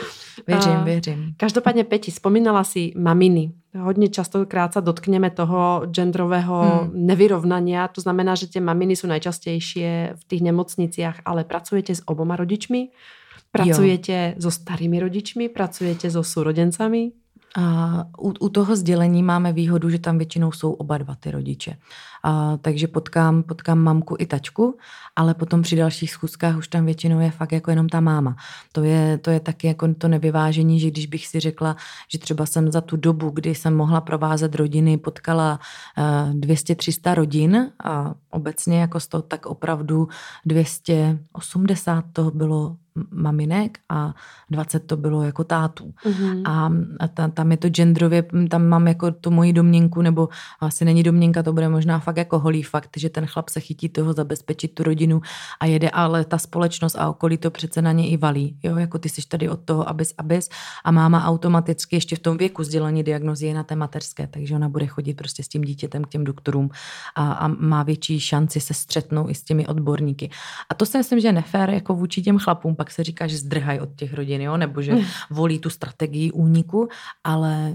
Věřím. Každopádně, Peti, spomínala si maminy. Hodně častokrát sa dotkneme toho genderového nevyrovnania. To znamená, že tie maminy sú najčastejšie v tých nemocniciach, ale pracujete s oboma rodičmi? Pracujete so starými rodičmi? Pracujete so súrodencami? U toho sdělení máme výhodu, že tam většinou jsou oba dva ty rodiče. Takže potkám mamku i tačku, ale potom při dalších schůzkách už tam většinou je fakt jako jenom ta máma. To je taky jako to nevyvážení, že když bych si řekla, že třeba jsem za tu dobu, kdy jsem mohla provázet rodiny, potkala 200-300 rodin a obecně jako z toho tak opravdu 280 toho bylo maminek a 20 to bylo jako tátů. A tam je to genderově, tam mám jako tu moji domněnku, nebo asi není domněnka, to bude možná fakt jako holý fakt, že ten chlap se chytí toho zabezpečit tu rodinu a jede, ale ta společnost a okolí to přece na ně i valí. Jo, jako ty jsi tady od toho abys a máma automaticky ještě v tom věku sdělení diagnózy je na té mateřské, takže ona bude chodit prostě s tím dítětem k těm doktorům a má větší šanci se střetnout i s těmi odborníky. A to si myslím, že je nefér jako vůči těm chlapům, pak se říká, že zdrhají od těch rodin, jo? Nebo že volí tu strategii úniku, ale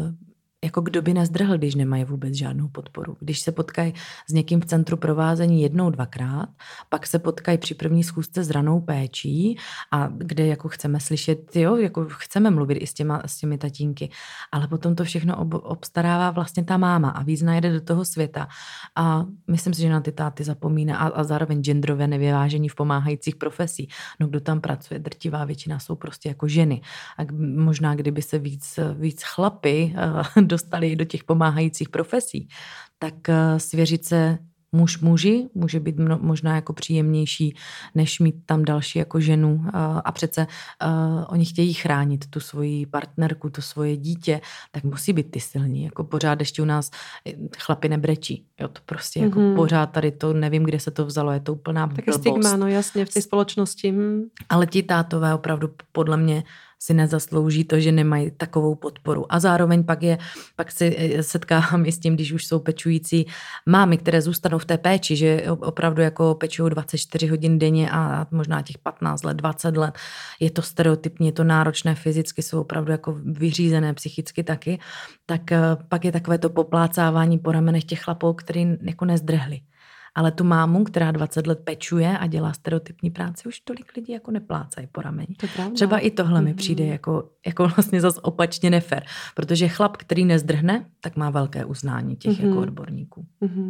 jako kdo by nezdrhl, když nemají vůbec žádnou podporu. Když se potkají s někým v centru provázení 1-2krát, pak se potkají při první schůzce s ranou péčí a kde jako chceme slyšet, jo, jako chceme mluvit i s těmi tatínky, ale potom to všechno obstarává vlastně ta máma a víc najde do toho světa. A myslím si, že na ty táty zapomíná a zároveň genderové nevyvážení v pomáhajících profesí. No kdo tam pracuje, drtivá většina jsou prostě jako ženy. A možná kdyby se víc chlapy dostali do těch pomáhajících profesí, tak svěřit se muži může být možná jako příjemnější, než mít tam další jako ženu a přece oni chtějí chránit tu svoji partnerku, to svoje dítě, tak musí být ty silní. Jako pořád ještě u nás chlapi nebrečí. Jo, to prostě jako pořád tady to, nevím, kde se to vzalo, je to úplná blbost. Také stigma, no jasně, v té společnosti. Ale ti tátové opravdu podle mě si nezaslouží to, že nemají takovou podporu. A zároveň pak si setkávám i s tím, když už jsou pečující mámy, které zůstanou v té péči, že opravdu jako pečují 24 hodin denně a možná těch 15 let, 20 let. Je to stereotypní, je to náročné, fyzicky jsou opravdu jako vyřízené, psychicky taky. Tak pak je takové to poplácávání po ramenech těch chlapů, který jako nezdrhli. Ale tu mámu, která 20 let pečuje a dělá stereotypní práci, už tolik lidí jako neplácají po rameni. Třeba i tohle mi přijde jako vlastně zase opačně nefér, protože chlap, který nezdrhne, tak má velké uznání těch jako odborníků.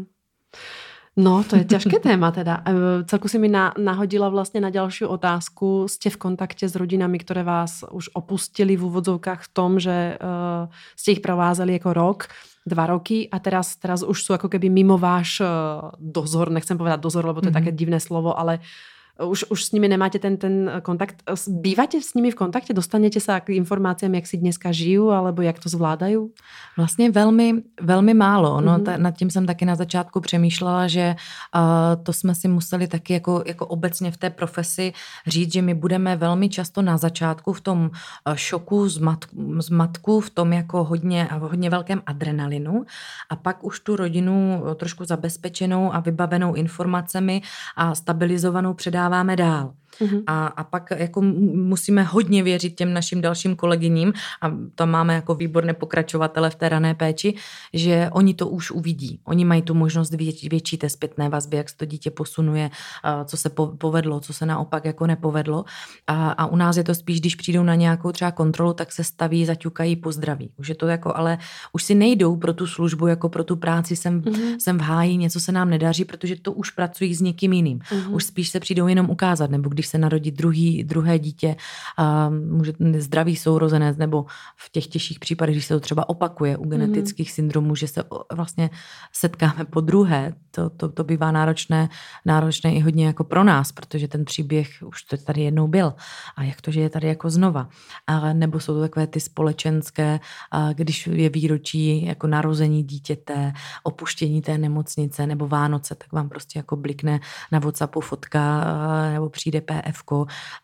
No, to je ťažké téma teda. Celku si mi nahodila vlastně na ďalšiu otázku. Ste v kontakte s rodinami, ktoré vás už opustili v úvodzovkách v tom, že ste ich provázali jako rok, 2 roky a teraz už sú ako keby mimo váš dozor, nechcem povedať dozor, lebo to je také divné slovo, ale už s nimi nemáte ten kontakt. Bývate s nimi v kontakte? Dostanete sa k informáciám, jak si dneska žijú, alebo jak to zvládají? Vlastně velmi, velmi málo. No, nad tím jsem taky na začátku přemýšlela, že to jsme si museli taky jako obecně v té profesi říct, že my budeme velmi často na začátku v tom šoku, zmatku, v tom jako hodně velkém adrenalinu a pak už tu rodinu trošku zabezpečenou a vybavenou informacemi a stabilizovanou předáváme dál. A pak jako musíme hodně věřit těm našim dalším kolegyním a tam máme jako výborné pokračovatele v té rané péči, že oni to už uvidí. Oni mají tu možnost větší té zpětné vazby, jak se to dítě posunuje, co se povedlo, co se naopak jako nepovedlo. A u nás je to spíš, když přijdou na nějakou třeba kontrolu, tak se staví, zaťukají, pozdraví. Už je to jako, ale už si nejdou pro tu službu, jako pro tu práci, jsem v háji, něco se nám nedaří, protože to už pracují s někým jiným. Už spíš se přijdou jenom ukázat, nebo když se narodí druhé dítě, může zdravý sourozenec, nebo v těch těžších případech, když se to třeba opakuje u genetických syndromů, že se vlastně setkáme po druhé, to bývá náročné i hodně jako pro nás, protože ten příběh už to tady jednou byl. A jak to, že je tady jako znova. Nebo jsou to takové ty společenské, když je výročí jako narození dítěte, opuštění té nemocnice nebo Vánoce, tak vám prostě jako blikne na WhatsAppu fotka nebo přijde PFko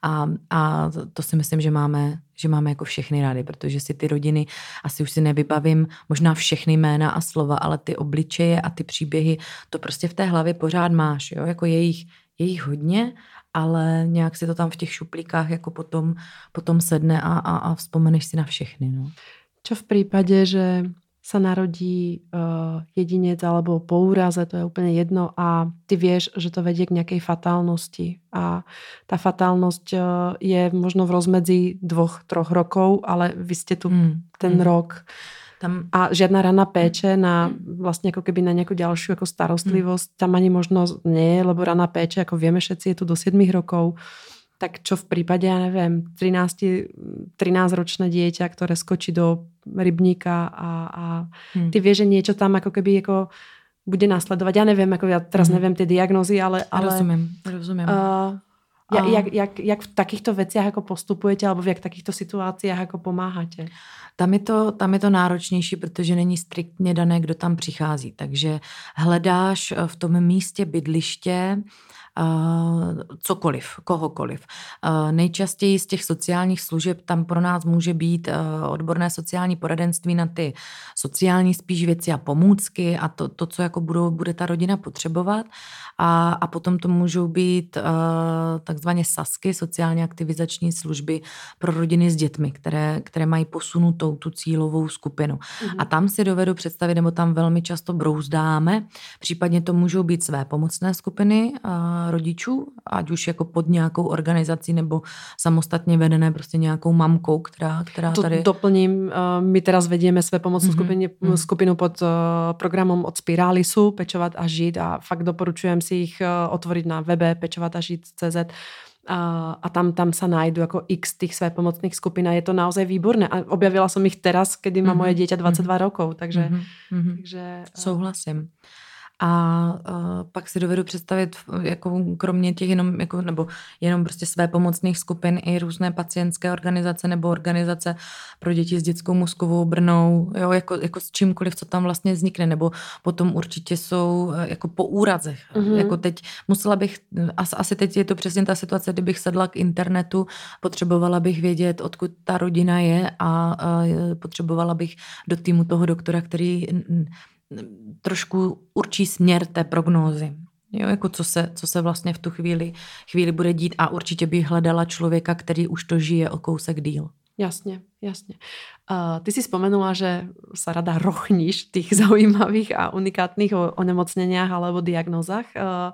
a to si myslím, že máme jako všechny rádi, protože si ty rodiny, asi už si nevybavím možná všechny jména a slova, ale ty obličeje a ty příběhy, to prostě v té hlavě pořád máš, jo? Jako je jich hodně, ale nějak si to tam v těch šuplíkách jako potom sedne a vzpomeneš si na všechny. No. Čo v prípade, že sa narodí jedinec alebo po úraze, to je úplne jedno a ty vieš, že to vedie k nejakej fatálnosti a tá fatálnosť je možno v rozmedzi 2-3 rokov, ale vy ste tu ten rok tam a žiadna raná péče na vlastne ako keby na nejakú ďalšiu ako starostlivosť tam ani možno nie je, lebo raná péče, ako vieme všetci, je tu do 7 rokov. Tak čo v prípade, ja neviem, 13-ročné dieťa, ktoré skočí do rybníka a ty vieš, že niečo tam ako keby ako bude nasledovať. Ja neviem, ako ja teraz neviem tie diagnózy, ale rozumiem. Jak v takýchto veciach ako postupujete alebo v jak takýchto situáciách ako pomáhate? Tam je to náročnější, protože není striktně dané, kdo tam přichází. Takže hledáš v tom místě bydliště cokoliv, kohokoliv. Nejčastěji z těch sociálních služeb tam pro nás může být odborné sociální poradenství na ty sociální spíš věci a pomůcky a to co jako bude ta rodina potřebovat. A potom to můžou být takzvaně SASky, sociálně aktivizační služby pro rodiny s dětmi, které mají posunutou tu cílovou skupinu. A tam si dovedu představit, nebo tam velmi často brouzdáme, případně to můžou být své pomocné skupiny rodičů, ať už jako pod nějakou organizací nebo samostatně vedené prostě nějakou mamkou, která tady... Doplním, my teraz vedieme své pomocnou skupinu pod programom od Spirálisu, Pečovat a žít a fakt doporučujem si ich otvoriť na webe pečovatažít.cz a tam sa nájdu ako x tých svojpomocných skupín a je to naozaj výborné. A objavila som ich teraz, kedy má moje dieťa 22 rokov, takže souhlasím. A pak si dovedu představit, jako kromě těch jenom prostě své pomocných skupin i různé pacientské organizace nebo organizace pro děti s dětskou mozkovou obrnou, jo, jako s čímkoliv, co tam vlastně vznikne, nebo potom určitě jsou jako po úrazech. Jako teď musela bych, asi teď je to přesně ta situace, kdybych sedla k internetu, potřebovala bych vědět, odkud ta rodina je a potřebovala bych do týmu toho doktora, který trošku určí směr té prognózy. Jo, jako co se vlastně v tu chvíli bude dít a určitě bych hledala člověka, který už to žije o kousek díl. Jasne. Ty si spomenula, že sa rada rochníš v tých zaujímavých a unikátnych onemocneniach alebo diagnózach.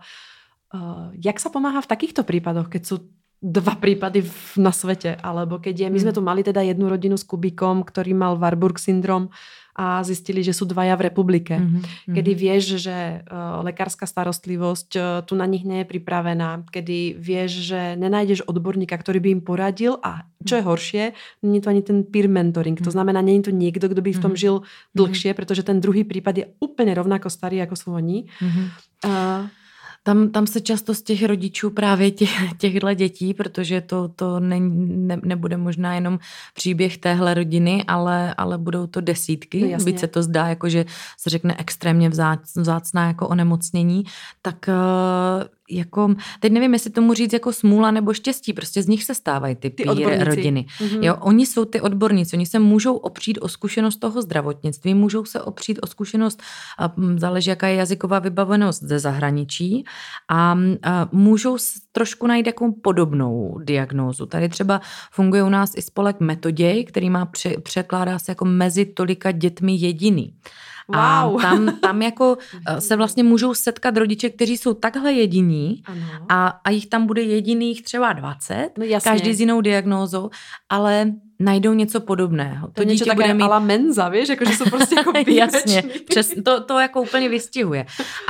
Jak sa pomáha v takýchto prípadoch, keď sú 2 prípady na svete? Alebo keď my sme tu mali teda jednu rodinu s Kubíkom, ktorý mal Warburg syndrom a zistili, že sú 2 v republike. Kedy vieš, že lekárska starostlivosť tu na nich nie je pripravená. Kedy vieš, že nenájdeš odborníka, ktorý by im poradil a čo je horšie, nie je to ani ten peer mentoring. To znamená, nie je to niekto, kto by v tom žil dlhšie, pretože ten druhý prípad je úplne rovnako starý, ako sú oni. Tam se často z těch rodičů právě těchto dětí, protože to nebude možná jenom příběh téhle rodiny, ale budou to desítky, byť se to zdá, jako že se řekne extrémně vzácná jako onemocnění, tak jako, teď nevím, jestli tomu říct jako smůla nebo štěstí, prostě z nich se stávají ty rodiny. Jo, oni jsou ty odborníci, oni se můžou opřít o zkušenost toho zdravotnictví, můžou se opřít o zkušenost, záleží, jaká je jazyková vybavenost ze zahraničí a můžou trošku najít jakou podobnou diagnózu. Tady třeba funguje u nás i spolek Metoděj, který překládá se jako mezi tolika dětmi jediný. Wow. A tam jako se vlastně můžou setkat rodiče, kteří jsou takhle jediní a jich tam bude jediných třeba 20, každý s jinou diagnózou, ale najdou něco podobného. To dítě něco bude mít... ala menza, víš, jako, že jsou prostě jako jasně, to jako úplně vystihuje.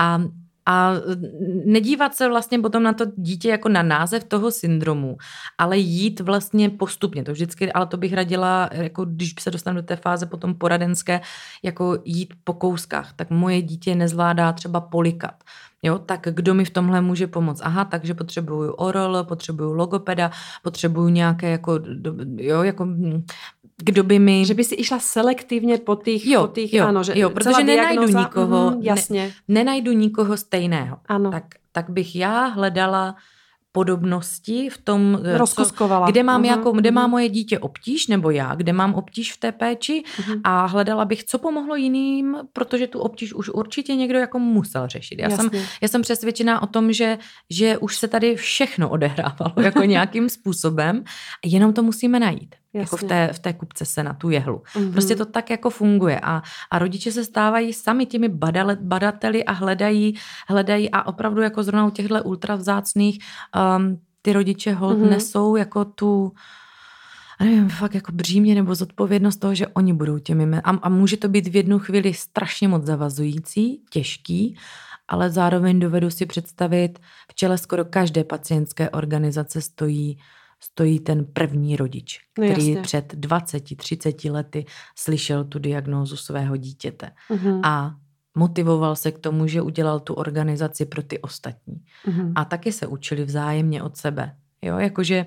A nedívat se vlastně potom na to dítě jako na název toho syndromu, ale jít vlastně postupně. To vždycky, ale to bych radila, jako když se dostanu do té fáze potom poradenské, jako jít po kouskách. Tak moje dítě nezvládá třeba polikat. Jo, tak kdo mi v tomhle může pomoct? Aha, takže potřebuju oral, potřebuju logopeda, potřebuju nějaké jako, jo, jako kdo by mi... Že by si išla selektivně po těch ano, že protože nenajdu nikoho, jasně. Nenajdu nikoho stejného. Ano. Tak bych já hledala podobnosti v tom, kde má moje dítě obtíž, nebo já, kde mám obtíž v té péči a hledala bych, co pomohlo jiným, protože tu obtíž už určitě někdo jako musel řešit. Já jsem přesvědčená o tom, že už se tady všechno odehrávalo jako nějakým způsobem, jenom to musíme najít. Jako v té kupce se na tu jehlu. Prostě to tak jako funguje a rodiče se stávají sami těmi badateli a hledají a opravdu jako zrovna u těchto ultravzácných ty rodiče holt nesou jako tu nevím, fakt jako břímě nebo zodpovědnost toho, že oni budou těmi a může to být v jednu chvíli strašně moc zavazující, těžký, ale zároveň dovedu si představit, v čele skoro každé pacientské organizace stojí ten první rodič, který před 20-30 lety slyšel tu diagnózu svého dítěte a motivoval se k tomu, že udělal tu organizaci pro ty ostatní. A taky se učili vzájemně od sebe. Jo, jakože,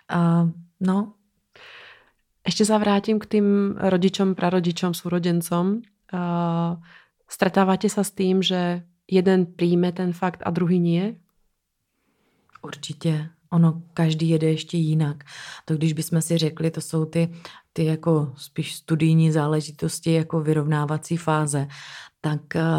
no. Ešte sa vrátim k tým rodičom, prarodičom, súrodencom. Stretávate sa s tým, že jeden príjme ten fakt a druhý nie? Určitě. Ono, každý jede ještě jinak. To když bychom si řekli, to jsou ty jako spíš studijní záležitosti, jako vyrovnávací fáze, tak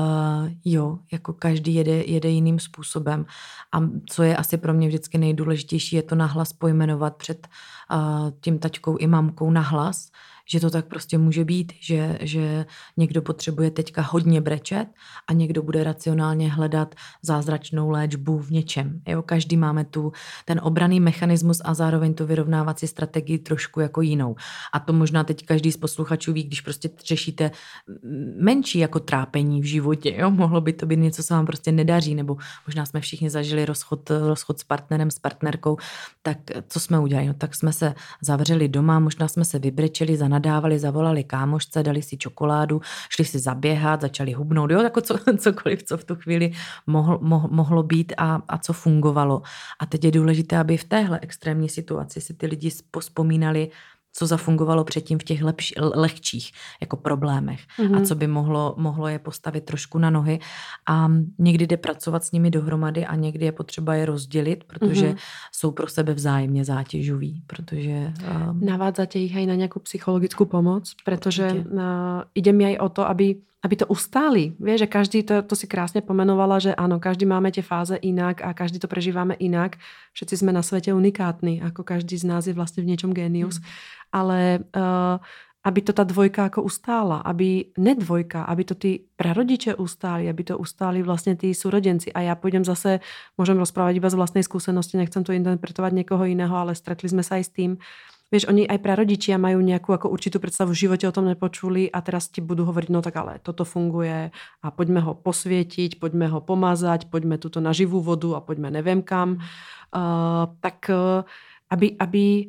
jo, jako každý jede jiným způsobem. A co je asi pro mě vždycky nejdůležitější, je to nahlas pojmenovat před tím taťkou i mamkou nahlas, že to tak prostě může být, že někdo potřebuje teďka hodně brečet a někdo bude racionálně hledat zázračnou léčbu v něčem. Jo? Každý máme ten obranný mechanismus a zároveň tu vyrovnávací strategii trošku jako jinou. A to možná teď každý z posluchačů ví, když prostě řešíte menší jako trápení v životě. Jo? Mohlo by to být něco, co vám prostě nedaří, nebo možná jsme všichni zažili rozchod s partnerem, s partnerkou. Tak co jsme udělali? No, tak jsme se zavřeli doma, možná jsme se vybrečeli, nadávali, zavolali kámošce, dali si čokoládu, šli si zaběhat, začali hubnout, jo, jako cokoliv, co v tu chvíli mohlo být a co fungovalo. A teď je důležité, aby v téhle extrémní situaci si ty lidi pospomínali, co zafungovalo předtím v těch lehčích jako problémech a co by mohlo je postavit trošku na nohy. A někdy jde pracovat s nimi dohromady a někdy je potřeba je rozdělit, protože jsou pro sebe vzájemně zátěžují. Protože navádzate ich aj na nejakú psychologickú pomoc, pretože ide mi aj o to, aby to ustáli. Vieš, že každý, to si krásne pomenovala, že áno, každý máme tie fáze inak a každý to prežívame inak. Všetci sme na svete unikátni, ako každý z nás je vlastne v niečom génius. Ale aby to tá dvojka ako ustála, aby to tí prarodiče ustáli, aby to ustáli vlastne tí súrodenci. A ja pôjdem zase, môžem rozprávať iba z vlastnej skúsenosti, nechcem to interpretovať niekoho iného, ale stretli sme sa aj s tým. Vieš, oni aj prarodičia majú nejakú ako určitú predstavu, v živote o tom nepočuli a teraz ti budú hovoriť, no tak ale toto funguje a poďme ho posvietiť, poďme ho pomazať, poďme tuto na živú vodu a poďme neviem kam. Aby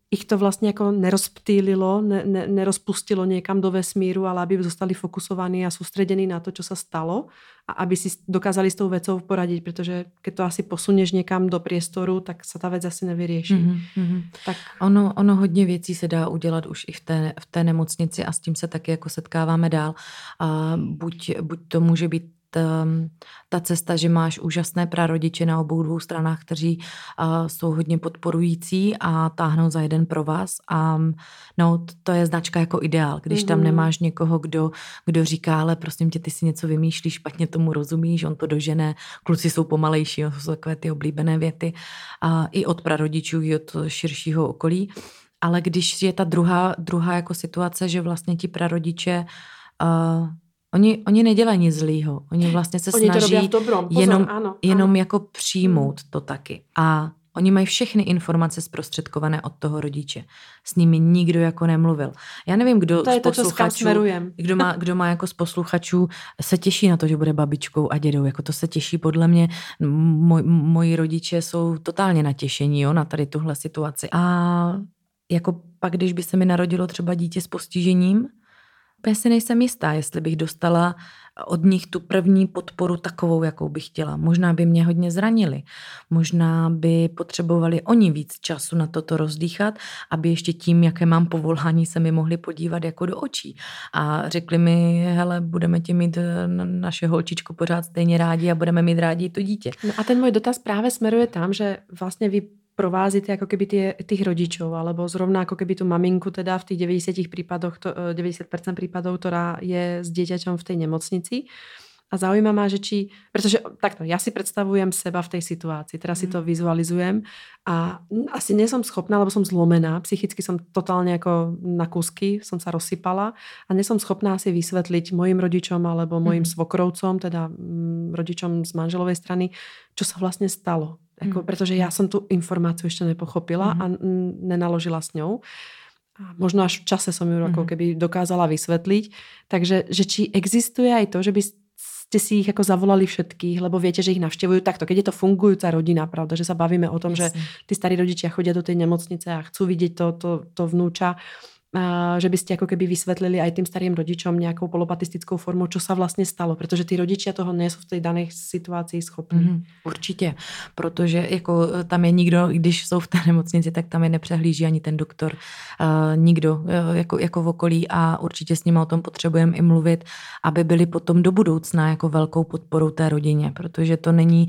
ich to vlastne ako nerozptýlilo, nerozpustilo niekam do vesmíru, ale aby zostali fokusovaní a sústredení na to, čo sa stalo a aby si dokázali s tou vecou poradiť, pretože keď to asi posunieš niekam do priestoru, tak sa tá vec asi nevyrieší. Tak. Ono hodně věcí se dá udělat už i v té nemocnici a s tím se taky jako setkáváme dál. A buď to může být ta cesta, že máš úžasné prarodiče na obou dvou stranách, kteří jsou hodně podporující a táhnou za jeden pro vás. A no, to je značka jako ideál, když tam nemáš někoho, kdo říká, ale prosím tě, ty si něco vymýšlíš, špatně tomu rozumíš, on to dožene, kluci jsou pomalejší, to jsou takové ty oblíbené věty i od prarodičů, i od širšího okolí. Ale když je ta druhá jako situace, že vlastně ti prarodiče Oni nedělají nic zlýho. Oni vlastně se snaží jenom jako přijmout to taky. A oni mají všechny informace zprostředkované od toho rodiče. S nimi nikdo jako nemluvil. Já nevím, kdo to z posluchačů, kdo má jako z posluchačů se těší na to, že bude babičkou a dědou. Jako to se těší podle mě. Moji rodiče jsou totálně natěšení, na tady tuhle situaci. A jako pak, když by se mi narodilo třeba dítě s postižením, já si nejsem jistá, jestli bych dostala od nich tu první podporu takovou, jakou bych chtěla. Možná by mě hodně zranili. Možná by potřebovali oni víc času na toto rozdýchat, aby ještě tím, jaké mám povolání, se mi mohli podívat jako do očí. A řekli mi, hele, budeme tě mít naše holčičku pořád stejně rádi a budeme mít rádi to dítě. No a ten môj dotaz práve smeruje tam, že vlastne vy provázíte ako keby tých rodičov, alebo zrovna ako keby tú maminku teda v tých 90% prípadov, ktorá je s dieťaťom v tej nemocnici. A zaujíma ma, že či... Pretože takto, ja si predstavujem seba v tej situácii, teraz si to vizualizujem a asi nie som schopná, lebo som zlomená, psychicky som totálne ako na kúsky, som sa rozsypala a nie som schopná si vysvetliť mojim rodičom alebo mojim svokrovcom, teda rodičom z manželovej strany, čo sa vlastne stalo. Pretože ja som tú informáciu ešte nepochopila a nenaložila s ňou. A možno až v čase som ju ako keby dokázala vysvetliť. Takže že či existuje aj to, že by ste si ich ako zavolali všetkých, lebo viete, že ich navštevujú takto. Keď je to fungujúca rodina, pravda, že sa bavíme o tom, že tí starí rodičia chodia do tej nemocnice a chcú vidieť to vnúča, že by ste ako keby vysvetlili aj tým starým rodičom nejakou polopatistickou formou, čo sa vlastne stalo, protože tí rodičia toho nie sú v tej danej situácii schopní. Určitě, protože jako tam je nikdo, když jsou v té nemocnici, tak tam je nepřehlíží ani ten doktor, nikdo jako v okolí a určitě s nimi o tom potřebujeme i mluvit, aby byli potom do budoucna jako velkou podporou té rodině, protože to není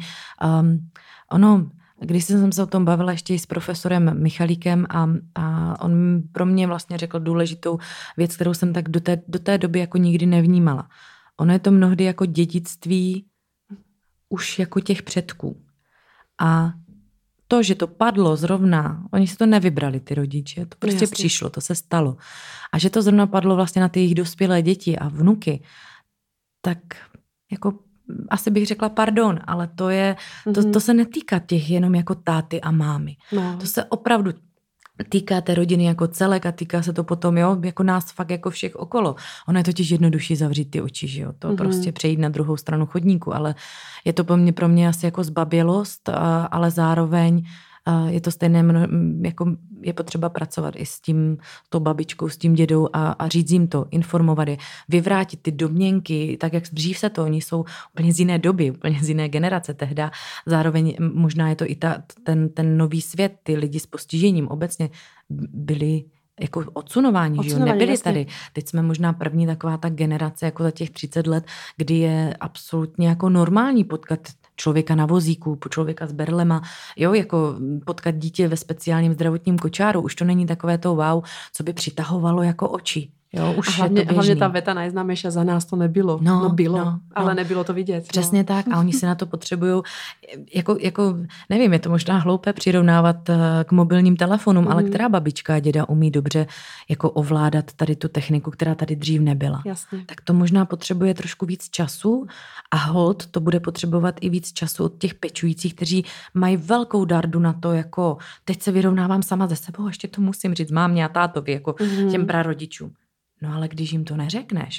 Když jsem se o tom bavila ještě i s profesorem Michalíkem a on pro mě vlastně řekl důležitou věc, kterou jsem tak do té doby jako nikdy nevnímala. Ono je to mnohdy jako dědictví už jako těch předků. A to, že to padlo zrovna, oni si to nevybrali, ty rodiče, to prostě přišlo, to se stalo. A že to zrovna padlo vlastně na ty jejich dospělé děti a vnuky, tak jako asi bych řekla pardon, ale to se netýká těch jenom jako táty a mámy. No. To se opravdu týká té rodiny jako celek a týká se to potom, jako nás fakt jako všech okolo. Ono je totiž jednodušší zavřít ty oči, že jo, to prostě přejít na druhou stranu chodníku, ale je to pro mě asi jako zbabělost, ale zároveň je to stejné, jako je potřeba pracovat i s tou babičkou, s tím dědou a říct jim to, informovat je, vyvrátit ty domněnky, tak jak dřív se to, oni jsou úplně z jiné doby, úplně z jiné generace tehda. Zároveň možná je to i ten nový svět, ty lidi s postižením obecně byli jako odsunování, že jo, nebyli tady. Teď jsme možná první taková ta generace jako za těch 30 let, kdy je absolutně jako normální potkat člověka na vozíku, člověka s berlema, jako potkat dítě ve speciálním zdravotním kočáru. Už to není takové to wow, co by přitahovalo jako oči. Jo, už a hlavně ta veta najznámejšia, za nás to nebylo. Ale nebylo to vidět. Přesně tak a oni si na to potřebují, jako nevím, je to možná hloupé přirovnávat k mobilním telefonům, ale která babička a děda umí dobře jako ovládat tady tu techniku, která tady dřív nebyla. Jasně. Tak to možná potřebuje trošku víc času a holt to bude potřebovat i víc času od těch pečujících, kteří mají velkou dardu na to, jako teď se vyrovnávám sama ze sebou, ještě to musím říct mámě a tátovi, jako těm prarodičům. No ale když jim to neřekneš,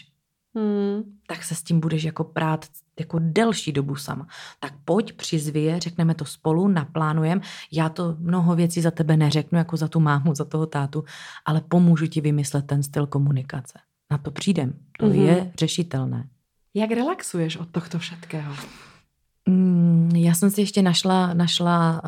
tak se s tím budeš jako prát jako delší dobu sama. Tak pojď, přizvi je, řekneme to spolu, naplánujeme. Já to mnoho věcí za tebe neřeknu, jako za tu mámu, za toho tátu, ale pomůžu ti vymyslet ten styl komunikace. Na to přijdem. To je řešitelné. Jak relaxuješ od tohto všetkého? Já jsem si ještě našla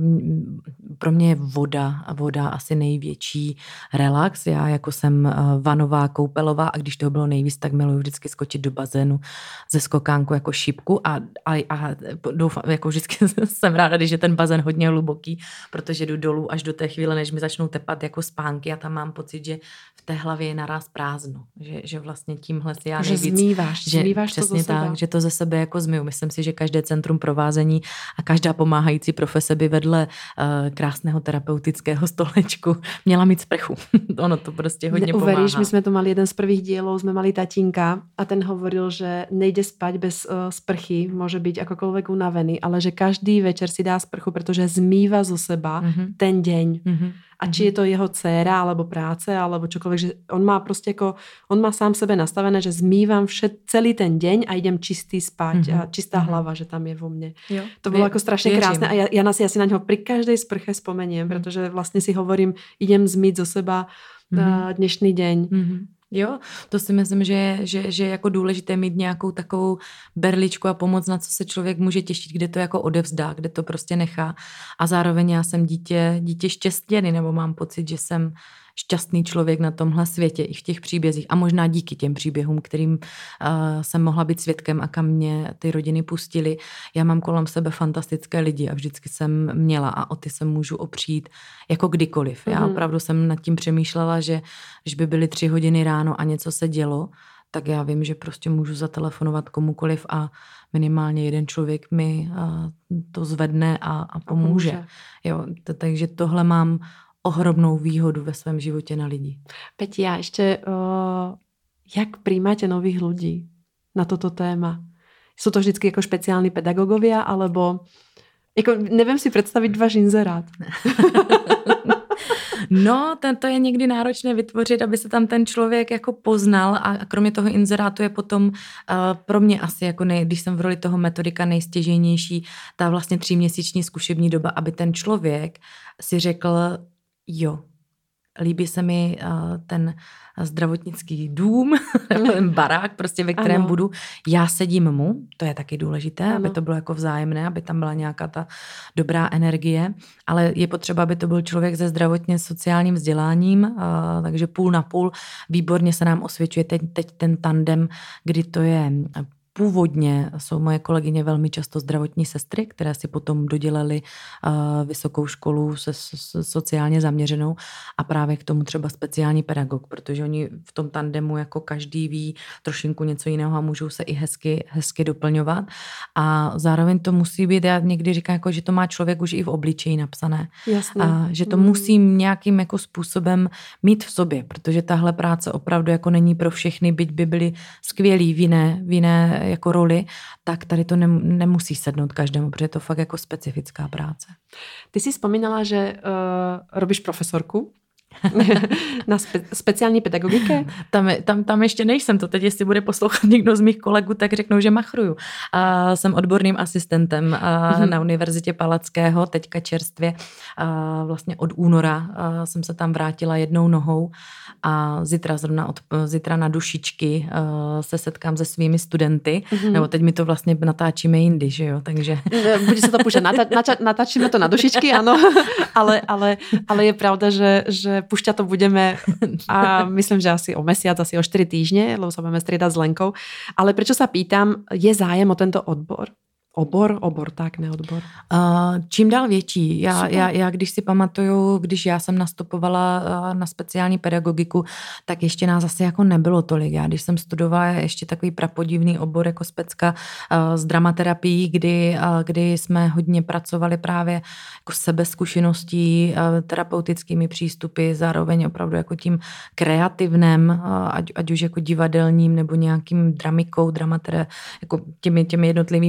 pro mě je voda asi největší relax. Já jako jsem vanová, koupelová a když toho bylo nejvíc, tak miluji vždycky skočit do bazénu ze skokánku jako šipku a doufám, jako vždycky jsem ráda, když je ten bazén hodně hluboký, protože jdu dolů až do té chvíle, než mi začnou tepat jako spánky a tam mám pocit, že v té hlavě je naraz prázdno. Že vlastně tímhle si já nejvíc... Zmýváš to přesně tak, že to ze sebe jako zmyju. Myslím si, že každé centrum provázení a každá pomáhající profese by vedle krásného terapeutického stolečku měla mít sprchu. Ono to prostě hodně pomáhá. Uveríš, my jsme to mali jeden z prvých dielov, jsme mali tatínka a ten hovoril, že nejde spať bez sprchy, môže byť akokoľvek unavený, ale že každý večer si dá sprchu, protože zmýva zo seba ten deň. A či je to jeho dcéra, alebo práce, alebo čokoľvek, že on má prostě jako, on má sám sebe nastavené, že zmývam celý ten deň a idem čistý spať a čistá hlava, že tam je vo mne. Jo, to bylo jako strašně krásné a já si na něho pri každej sprche spomeniem, protože vlastně si hovorím, idem zmýť zo seba dnešný deň. Jo, to si myslím, že je jako důležité mít nějakou takovou berličku a pomoc, na co se člověk může těšit, kde to jako odevzdá, kde to prostě nechá. A zároveň já jsem dítě štěstěný, nebo mám pocit, že jsem šťastný člověk na tomhle světě i v těch příbězích a možná díky těm příběhům, kterým jsem mohla být svědkem a kam mě ty rodiny pustily. Já mám kolem sebe fantastické lidi a vždycky jsem měla a o ty se můžu opřít jako kdykoliv. Já opravdu jsem nad tím přemýšlela, že když by byly 3 hodiny ráno a něco se dělo, tak já vím, že prostě můžu zatelefonovat komukoliv a minimálně jeden člověk mi to zvedne a pomůže. Jo, takže tohle mám ohromnou výhodu ve svém životě na lidi. Peti, a ještě, jak přijímáte nových lidí na toto téma? Jsou to vždycky jako špeciální pedagogovia, alebo jako, nevím si představit váš inzerát. No, to je někdy náročné vytvořit, aby se tam ten člověk jako poznal a kromě toho inzerátu je potom pro mě asi, jako když jsem v roli toho metodika, nejstěžejnější ta vlastně 3měsíční zkušební doba, aby ten člověk si řekl, jo, líbí se mi ten zdravotnický dům, ten barák, prostě ve kterém budu. Já sedím mu, to je taky důležité, aby to bylo jako vzájemné, aby tam byla nějaká ta dobrá energie, ale je potřeba, aby to byl člověk se zdravotně sociálním vzděláním, takže půl na půl. Výborně se nám osvědčuje teď ten tandem, kdy to je původně jsou moje kolegyně velmi často zdravotní sestry, které si potom dodělaly vysokou školu se sociálně zaměřenou a právě k tomu třeba speciální pedagog, protože oni v tom tandemu jako každý ví trošinku něco jiného a můžou se i hezky doplňovat. A zároveň to musí být, já někdy říkám, jako, že to má člověk už i v obličeji napsané. Jasně. A že to musím nějakým jako způsobem mít v sobě, protože tahle práce opravdu jako není pro všechny, byť by byli skvělí v jiné jako roli, tak tady to nemusí sednout každému, protože je to fakt jako specifická práce. Ty jsi vzpomínala, že robíš profesorku na speciální pedagogike? Tam ještě nejsem, to teď, jestli bude poslouchat někdo z mých kolegů, tak řeknou, že machruju. Jsem odborným asistentem na Univerzitě Palackého, teďka čerstvě. Vlastně od února jsem se tam vrátila jednou nohou a zítra na dušičky se setkám se svými studenty, nebo teď mi to vlastně natáčíme jindy, že jo, takže... Bude se to púšťať, natáčíme to na dušičky, ano, ale je pravda, že púšťať to budeme a myslím, že asi o mesiac, asi o 4 týždne, lebo sa budeme striedať s Lenkou. Ale prečo sa pýtam, je zájem o tento odbor? Obor, tak, ne odbor. Čím dál větší. Já když si pamatuju, když já jsem nastupovala na speciální pedagogiku, tak ještě nás asi jako nebylo tolik. Já když jsem studovala ještě takový prapodivný obor jako specka s dramaterapií, kdy jsme hodně pracovali právě jako sebezkušeností, terapeutickými přístupy, zároveň opravdu jako tím kreativním, ať už jako divadelním nebo nějakým dramikou, jako těmi jednotlivými prvky.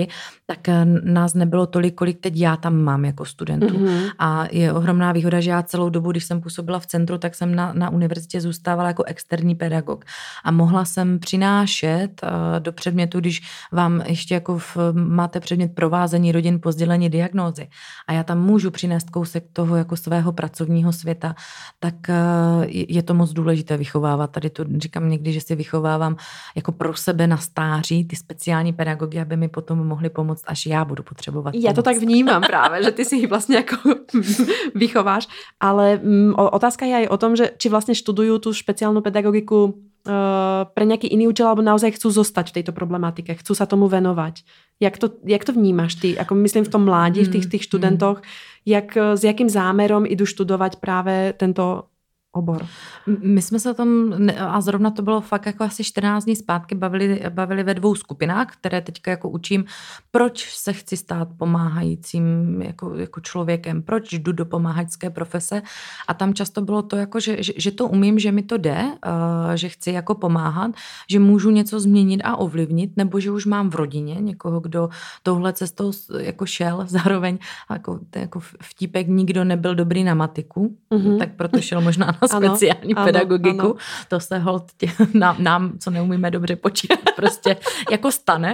roky, tak nás nebylo tolik, kolik teď já tam mám jako studentů. A je ohromná výhoda, že já celou dobu, když jsem působila v centru, tak jsem na univerzitě zůstávala jako externí pedagog. A mohla jsem přinášet do předmětu, když vám ještě jako máte předmět provázení rodin po sdělení diagnózy a já tam můžu přinést kousek toho jako svého pracovního světa, tak je to moc důležité vychovávat. Tady to říkám někdy, že si vychovávám jako pro sebe na stáří ty speciální pedagogy, aby mi potom mohli pomoct, až já budu potřebovat pomoc. Já to tak vnímám právě, že ty si ich vlastně jako vychováš, ale otázka je aj o tom, že či vlastně študujú tú špeciálnu pedagogiku pre nejaký iný účel, alebo naozaj chcú zostať v tejto problematike, chcú sa tomu venovať. Jak to vnímaš ty? Ako myslím v tom mládí, v tých študentoch, s jakým zámerom idú študovať práve tento obor? My jsme se o tom, a zrovna to bylo fakt jako asi 14 dní zpátky, bavili ve 2 skupinách, které teďka jako učím, proč se chci stát pomáhajícím jako člověkem, proč jdu do pomáhačské profese. A tam často bylo to, jako, že to umím, že mi to jde, že chci jako pomáhat, že můžu něco změnit a ovlivnit, nebo že už mám v rodině někoho, kdo touhle cestou jako šel, zároveň jako vtípek, nikdo nebyl dobrý na matiku, tak proto šel možná na speciální pedagogiku. Ano. To se holt nám, co neumíme dobře počítat, prostě jako stane.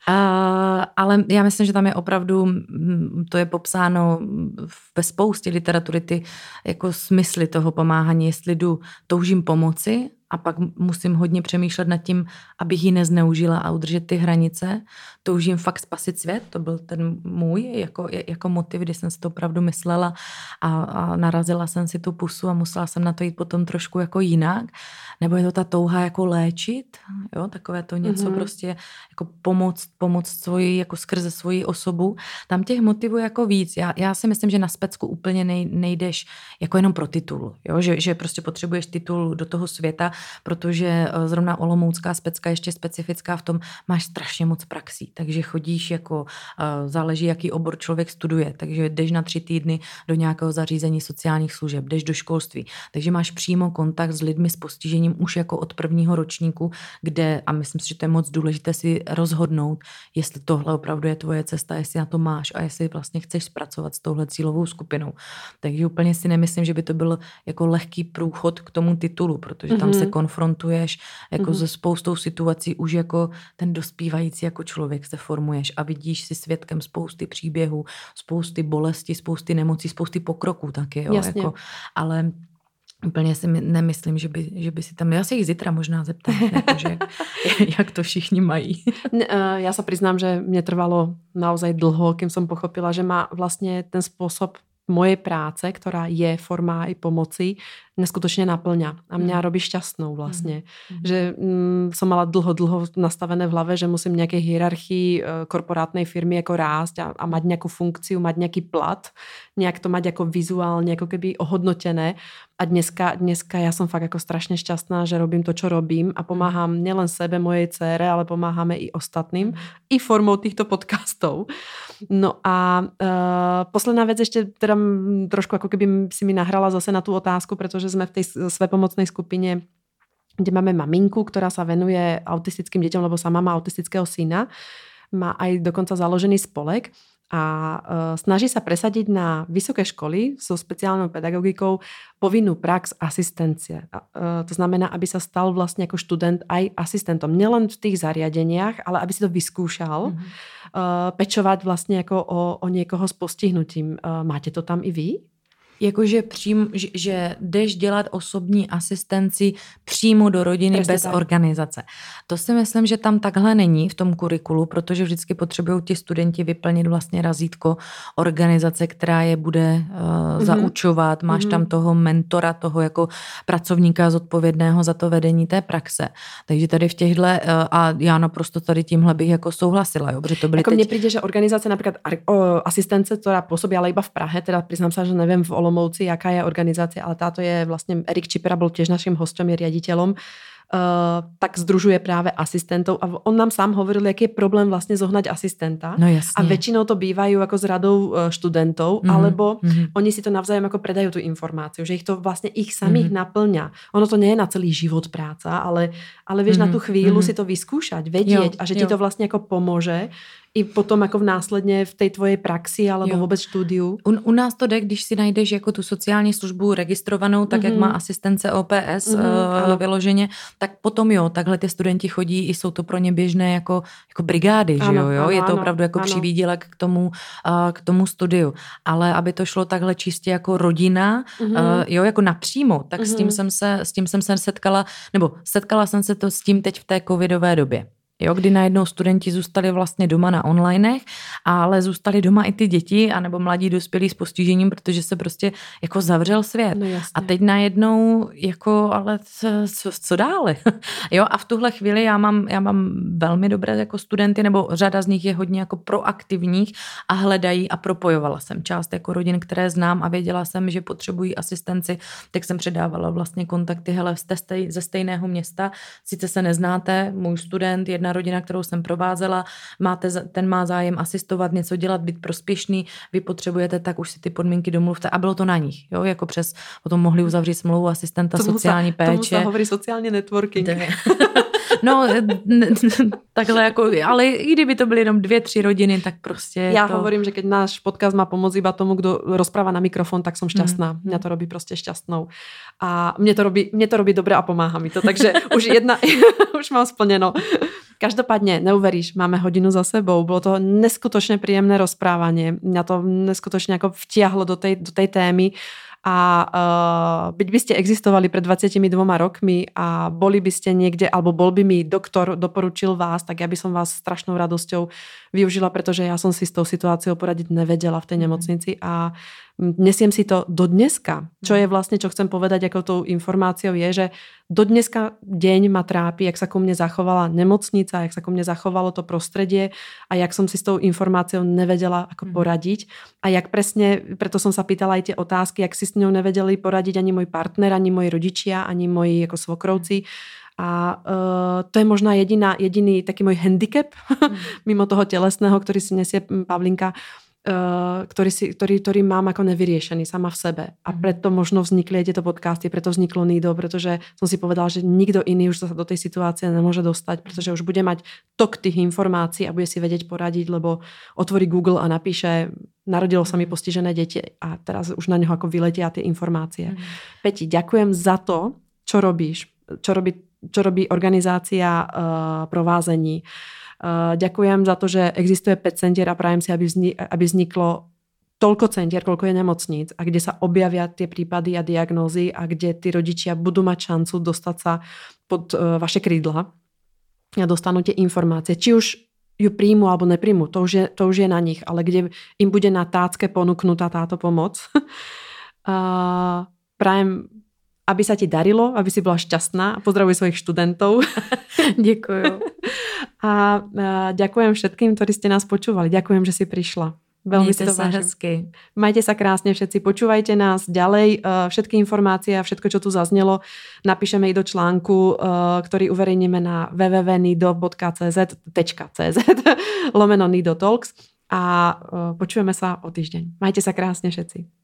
Ale já myslím, že tam je opravdu, to je popsáno ve spoustě literatury, ty jako smysly toho pomáhání, jestli toužím pomoci a pak musím hodně přemýšlet nad tím, abych ji nezneužila a udržet ty hranice. Toužím fakt spasit svět, to byl ten můj jako motiv, kdy jsem si to opravdu myslela a narazila jsem si tu pusu a musela jsem na to jít potom trošku jako jinak. Nebo je to ta touha jako léčit, jo, takové to něco prostě jako pomoct svoji, jako skrze svoji osobu. Tam těch motivů jako víc. Já si myslím, že na specku úplně nejdeš jako jenom pro titul, jo, že prostě potřebuješ titul do toho světa, protože zrovna olomoucká specka je ještě specifická v tom, máš strašně moc praxí, takže chodíš jako, záleží, jaký obor člověk studuje, takže jdeš na 3 týdny do nějakého zařízení sociálních služeb, jdeš do školství, takže máš přímo kontakt s lidmi s postižením už jako od prvního ročníku, kde, a myslím si, že to je moc důležité si rozhodnout, jestli tohle opravdu je tvoje cesta, jestli na to máš a jestli vlastně chceš zpracovat s touhle cílovou skupinou. Takže úplně si nemyslím, že by to byl jako lehký průchod k tomu titulu, protože tam se konfrontuješ jako se spoustou situací, už jako ten dospívající jako člověk se formuješ a vidíš si svědkem spousty příběhů, spousty bolesti, spousty nemocí, spousty pokroků taky, jo, jako, ale úplně si nemyslím, že by si tam... Já se jich zítra možná zeptám, jakože, jak to všichni mají. Ja sa priznám, že mne trvalo naozaj dlho, kým som pochopila, že ma vlastne ten spôsob mojej práce, ktorá je forma aj pomoci, neskutočne naplňa. A mňa robí šťastnou vlastne. Že som mala dlho nastavené v hlave, že musím nejakej hierarchii korporátnej firmy ako rásť a mať nejakú funkciu, mať nejaký plat, nejak to mať ako vizuálne, ako keby ohodnotené. A dneska ja som fakt ako strašne šťastná, že robím to, čo robím a pomáham nielen sebe, mojej dcére, ale pomáhame i ostatným, i formou týchto podcastov. No a posledná vec ešte teda trošku ako keby si mi nahrala zase na tú otázku, pretože sme v tej svojpomocnej skupine, kde máme maminku, ktorá sa venuje autistickým deťom, lebo sama má autistického syna. Má aj dokonca založený spolek a snaží sa presadiť na vysoké školy so speciálnou pedagogikou povinnú prax asistencie. To znamená, aby sa stal vlastne ako študent aj asistentom. Nielen v tých zariadeniach, ale aby si to vyskúšal pečovať vlastne ako o niekoho s postihnutím. Máte to tam i vy? Jakože že jdeš dělat osobní asistenci přímo do rodiny Presne bez tak. Organizace. To si myslím, že tam takhle není v tom kurikulu, protože vždycky potřebují ti studenti vyplnit vlastně razítko organizace, která je bude zaučovat. Máš tam toho mentora, toho jako pracovníka zodpovědného za to vedení té praxe. Takže tady v těchto, a já naprosto tady tímhle bych jako souhlasila. Jo, protože to byly jako mne príde, že organizácia napríklad asistence, ktorá pôsobí ale iba v Prahe, teda priznám sa, že neviem v Olomouci, jaká je organizácia, ale táto je vlastne, Erik Čipera bol tiež našim hosťom, je riaditeľom, tak združuje práve asistentov a on nám sám hovoril, aký je problém vlastne zohnať asistenta. No jasne. A väčšinou to bývajú ako s radou študentov, alebo oni si to navzájom ako predajú tú informáciu, že ich to vlastne ich samých naplňa. Ono to nie je na celý život práca, ale vieš na tú chvíľu si to vyskúšať, vedieť a že ti to vlastne ako pomôže I potom jako následně v té tvojej praxi alebo vůbec štúdiu? U nás to jde, když si najdeš jako tu sociální službu registrovanou, tak jak má asistence OPS vyloženě, tak potom takhle ty studenti chodí, i jsou to pro ně běžné jako brigády, že jo? Je to opravdu jako přivídělek k tomu studiu. Ale aby to šlo takhle čistě jako rodina, jako napřímo, tak s tím jsem se setkala, nebo setkala jsem se to s tím teď v té covidové době. Kdy najednou studenti zůstali vlastně doma na onlinech, ale zůstali doma i ty děti, anebo mladí dospělí s postižením, protože se prostě jako zavřel svět. No, a teď najednou jako, ale co dále? A v tuhle chvíli já mám velmi dobré jako studenty, nebo řada z nich je hodně jako proaktivních a hledají a propojovala jsem část jako rodin, které znám a věděla jsem, že potřebují asistenci, tak jsem předávala vlastně kontakty, hele, jste ze stejného města, sice se neznáte, můj student, jedna rodina, kterou jsem provázela, ten má zájem asistovat, něco dělat, být prospěšný, vy potřebujete, tak už si ty podmínky domluvte a bylo to na nich, jako potom mohli uzavřít smlouvu asistenta sociální péče. Tomu se hovorí sociální networking. No, takhle jako, ale i kdyby to byly jenom 2-3 rodiny, tak prostě ja hovorím, že keď náš podcast má pomôcť iba tomu, kto rozpráva na mikrofón, tak som šťastná. Mňa to robí proste šťastnou. A mne to robí dobre a pomáha mi to, takže už mám splneno. Každopádne, neuveríš, máme hodinu za sebou, bylo to neskutočne príjemné rozprávanie, mňa to neskutočne ako vtiahlo do tej témy a byť by ste existovali pred 22 rokmi a boli by ste niekde, alebo bol by mi doktor doporučil vás, tak ja by som vás strašnou radosťou využila, pretože ja som si s tou situáciou poradiť nevedela v tej nemocnici a nesiem si to do dneska. Čo je vlastne, čo chcem povedať ako tou informáciou je, že do dneska deň ma trápi, jak sa ku mne zachovala nemocnica, jak sa ku mne zachovalo to prostredie a jak som si s tou informáciou nevedela ako poradiť a jak presne, preto som sa pýtala aj tie otázky, jak si s ňou nevedeli poradiť ani môj partner, ani moji rodičia, ani moji ako svokrovci. A to je možná jediný taký môj handicap mimo toho telesného, ktorý si nesie Pavlinka, ktorý mám ako nevyriešený sama v sebe. A preto možno vznikli aj tieto podcasty, preto vzniklo Nido, pretože som si povedala, že nikto iný už sa do tej situácie nemôže dostať, pretože už bude mať tok tých informácií a bude si vedieť poradiť, lebo otvorí Google a napíše, narodilo sa mi postižené deti a teraz už na neho ako vyletia tie informácie. Peti, ďakujem za to, čo robíš, čo robí organizácia provázení. Ďakujem za to, že existuje PET centier a prajem si, aby vzniklo toľko centier, koľko je nemocníc a kde sa objavia tie prípady a diagnózy a kde tí rodičia budú mať šancu dostať sa pod vaše krídla a dostanú tie informácie. Či už ju príjmu alebo nepríjmu, to už je na nich, ale kde im bude na tácke ponúknutá táto pomoc. Prajem, aby sa ti darilo, aby si bola šťastná a pozdravuj svojich študentov. Děkuju. A ďakujem všetkým, ktorí ste nás počúvali. Ďakujem, že si prišla. Veľmi si to vážim. Hezky. Majte sa krásne všetci. Počúvajte nás ďalej. Všetky informácie a všetko, čo tu zaznelo, napíšeme i do článku, ktorý uverejníme na www.nido.cz/Nido Talks a počujeme sa o týždeň. Majte sa krásne všetci.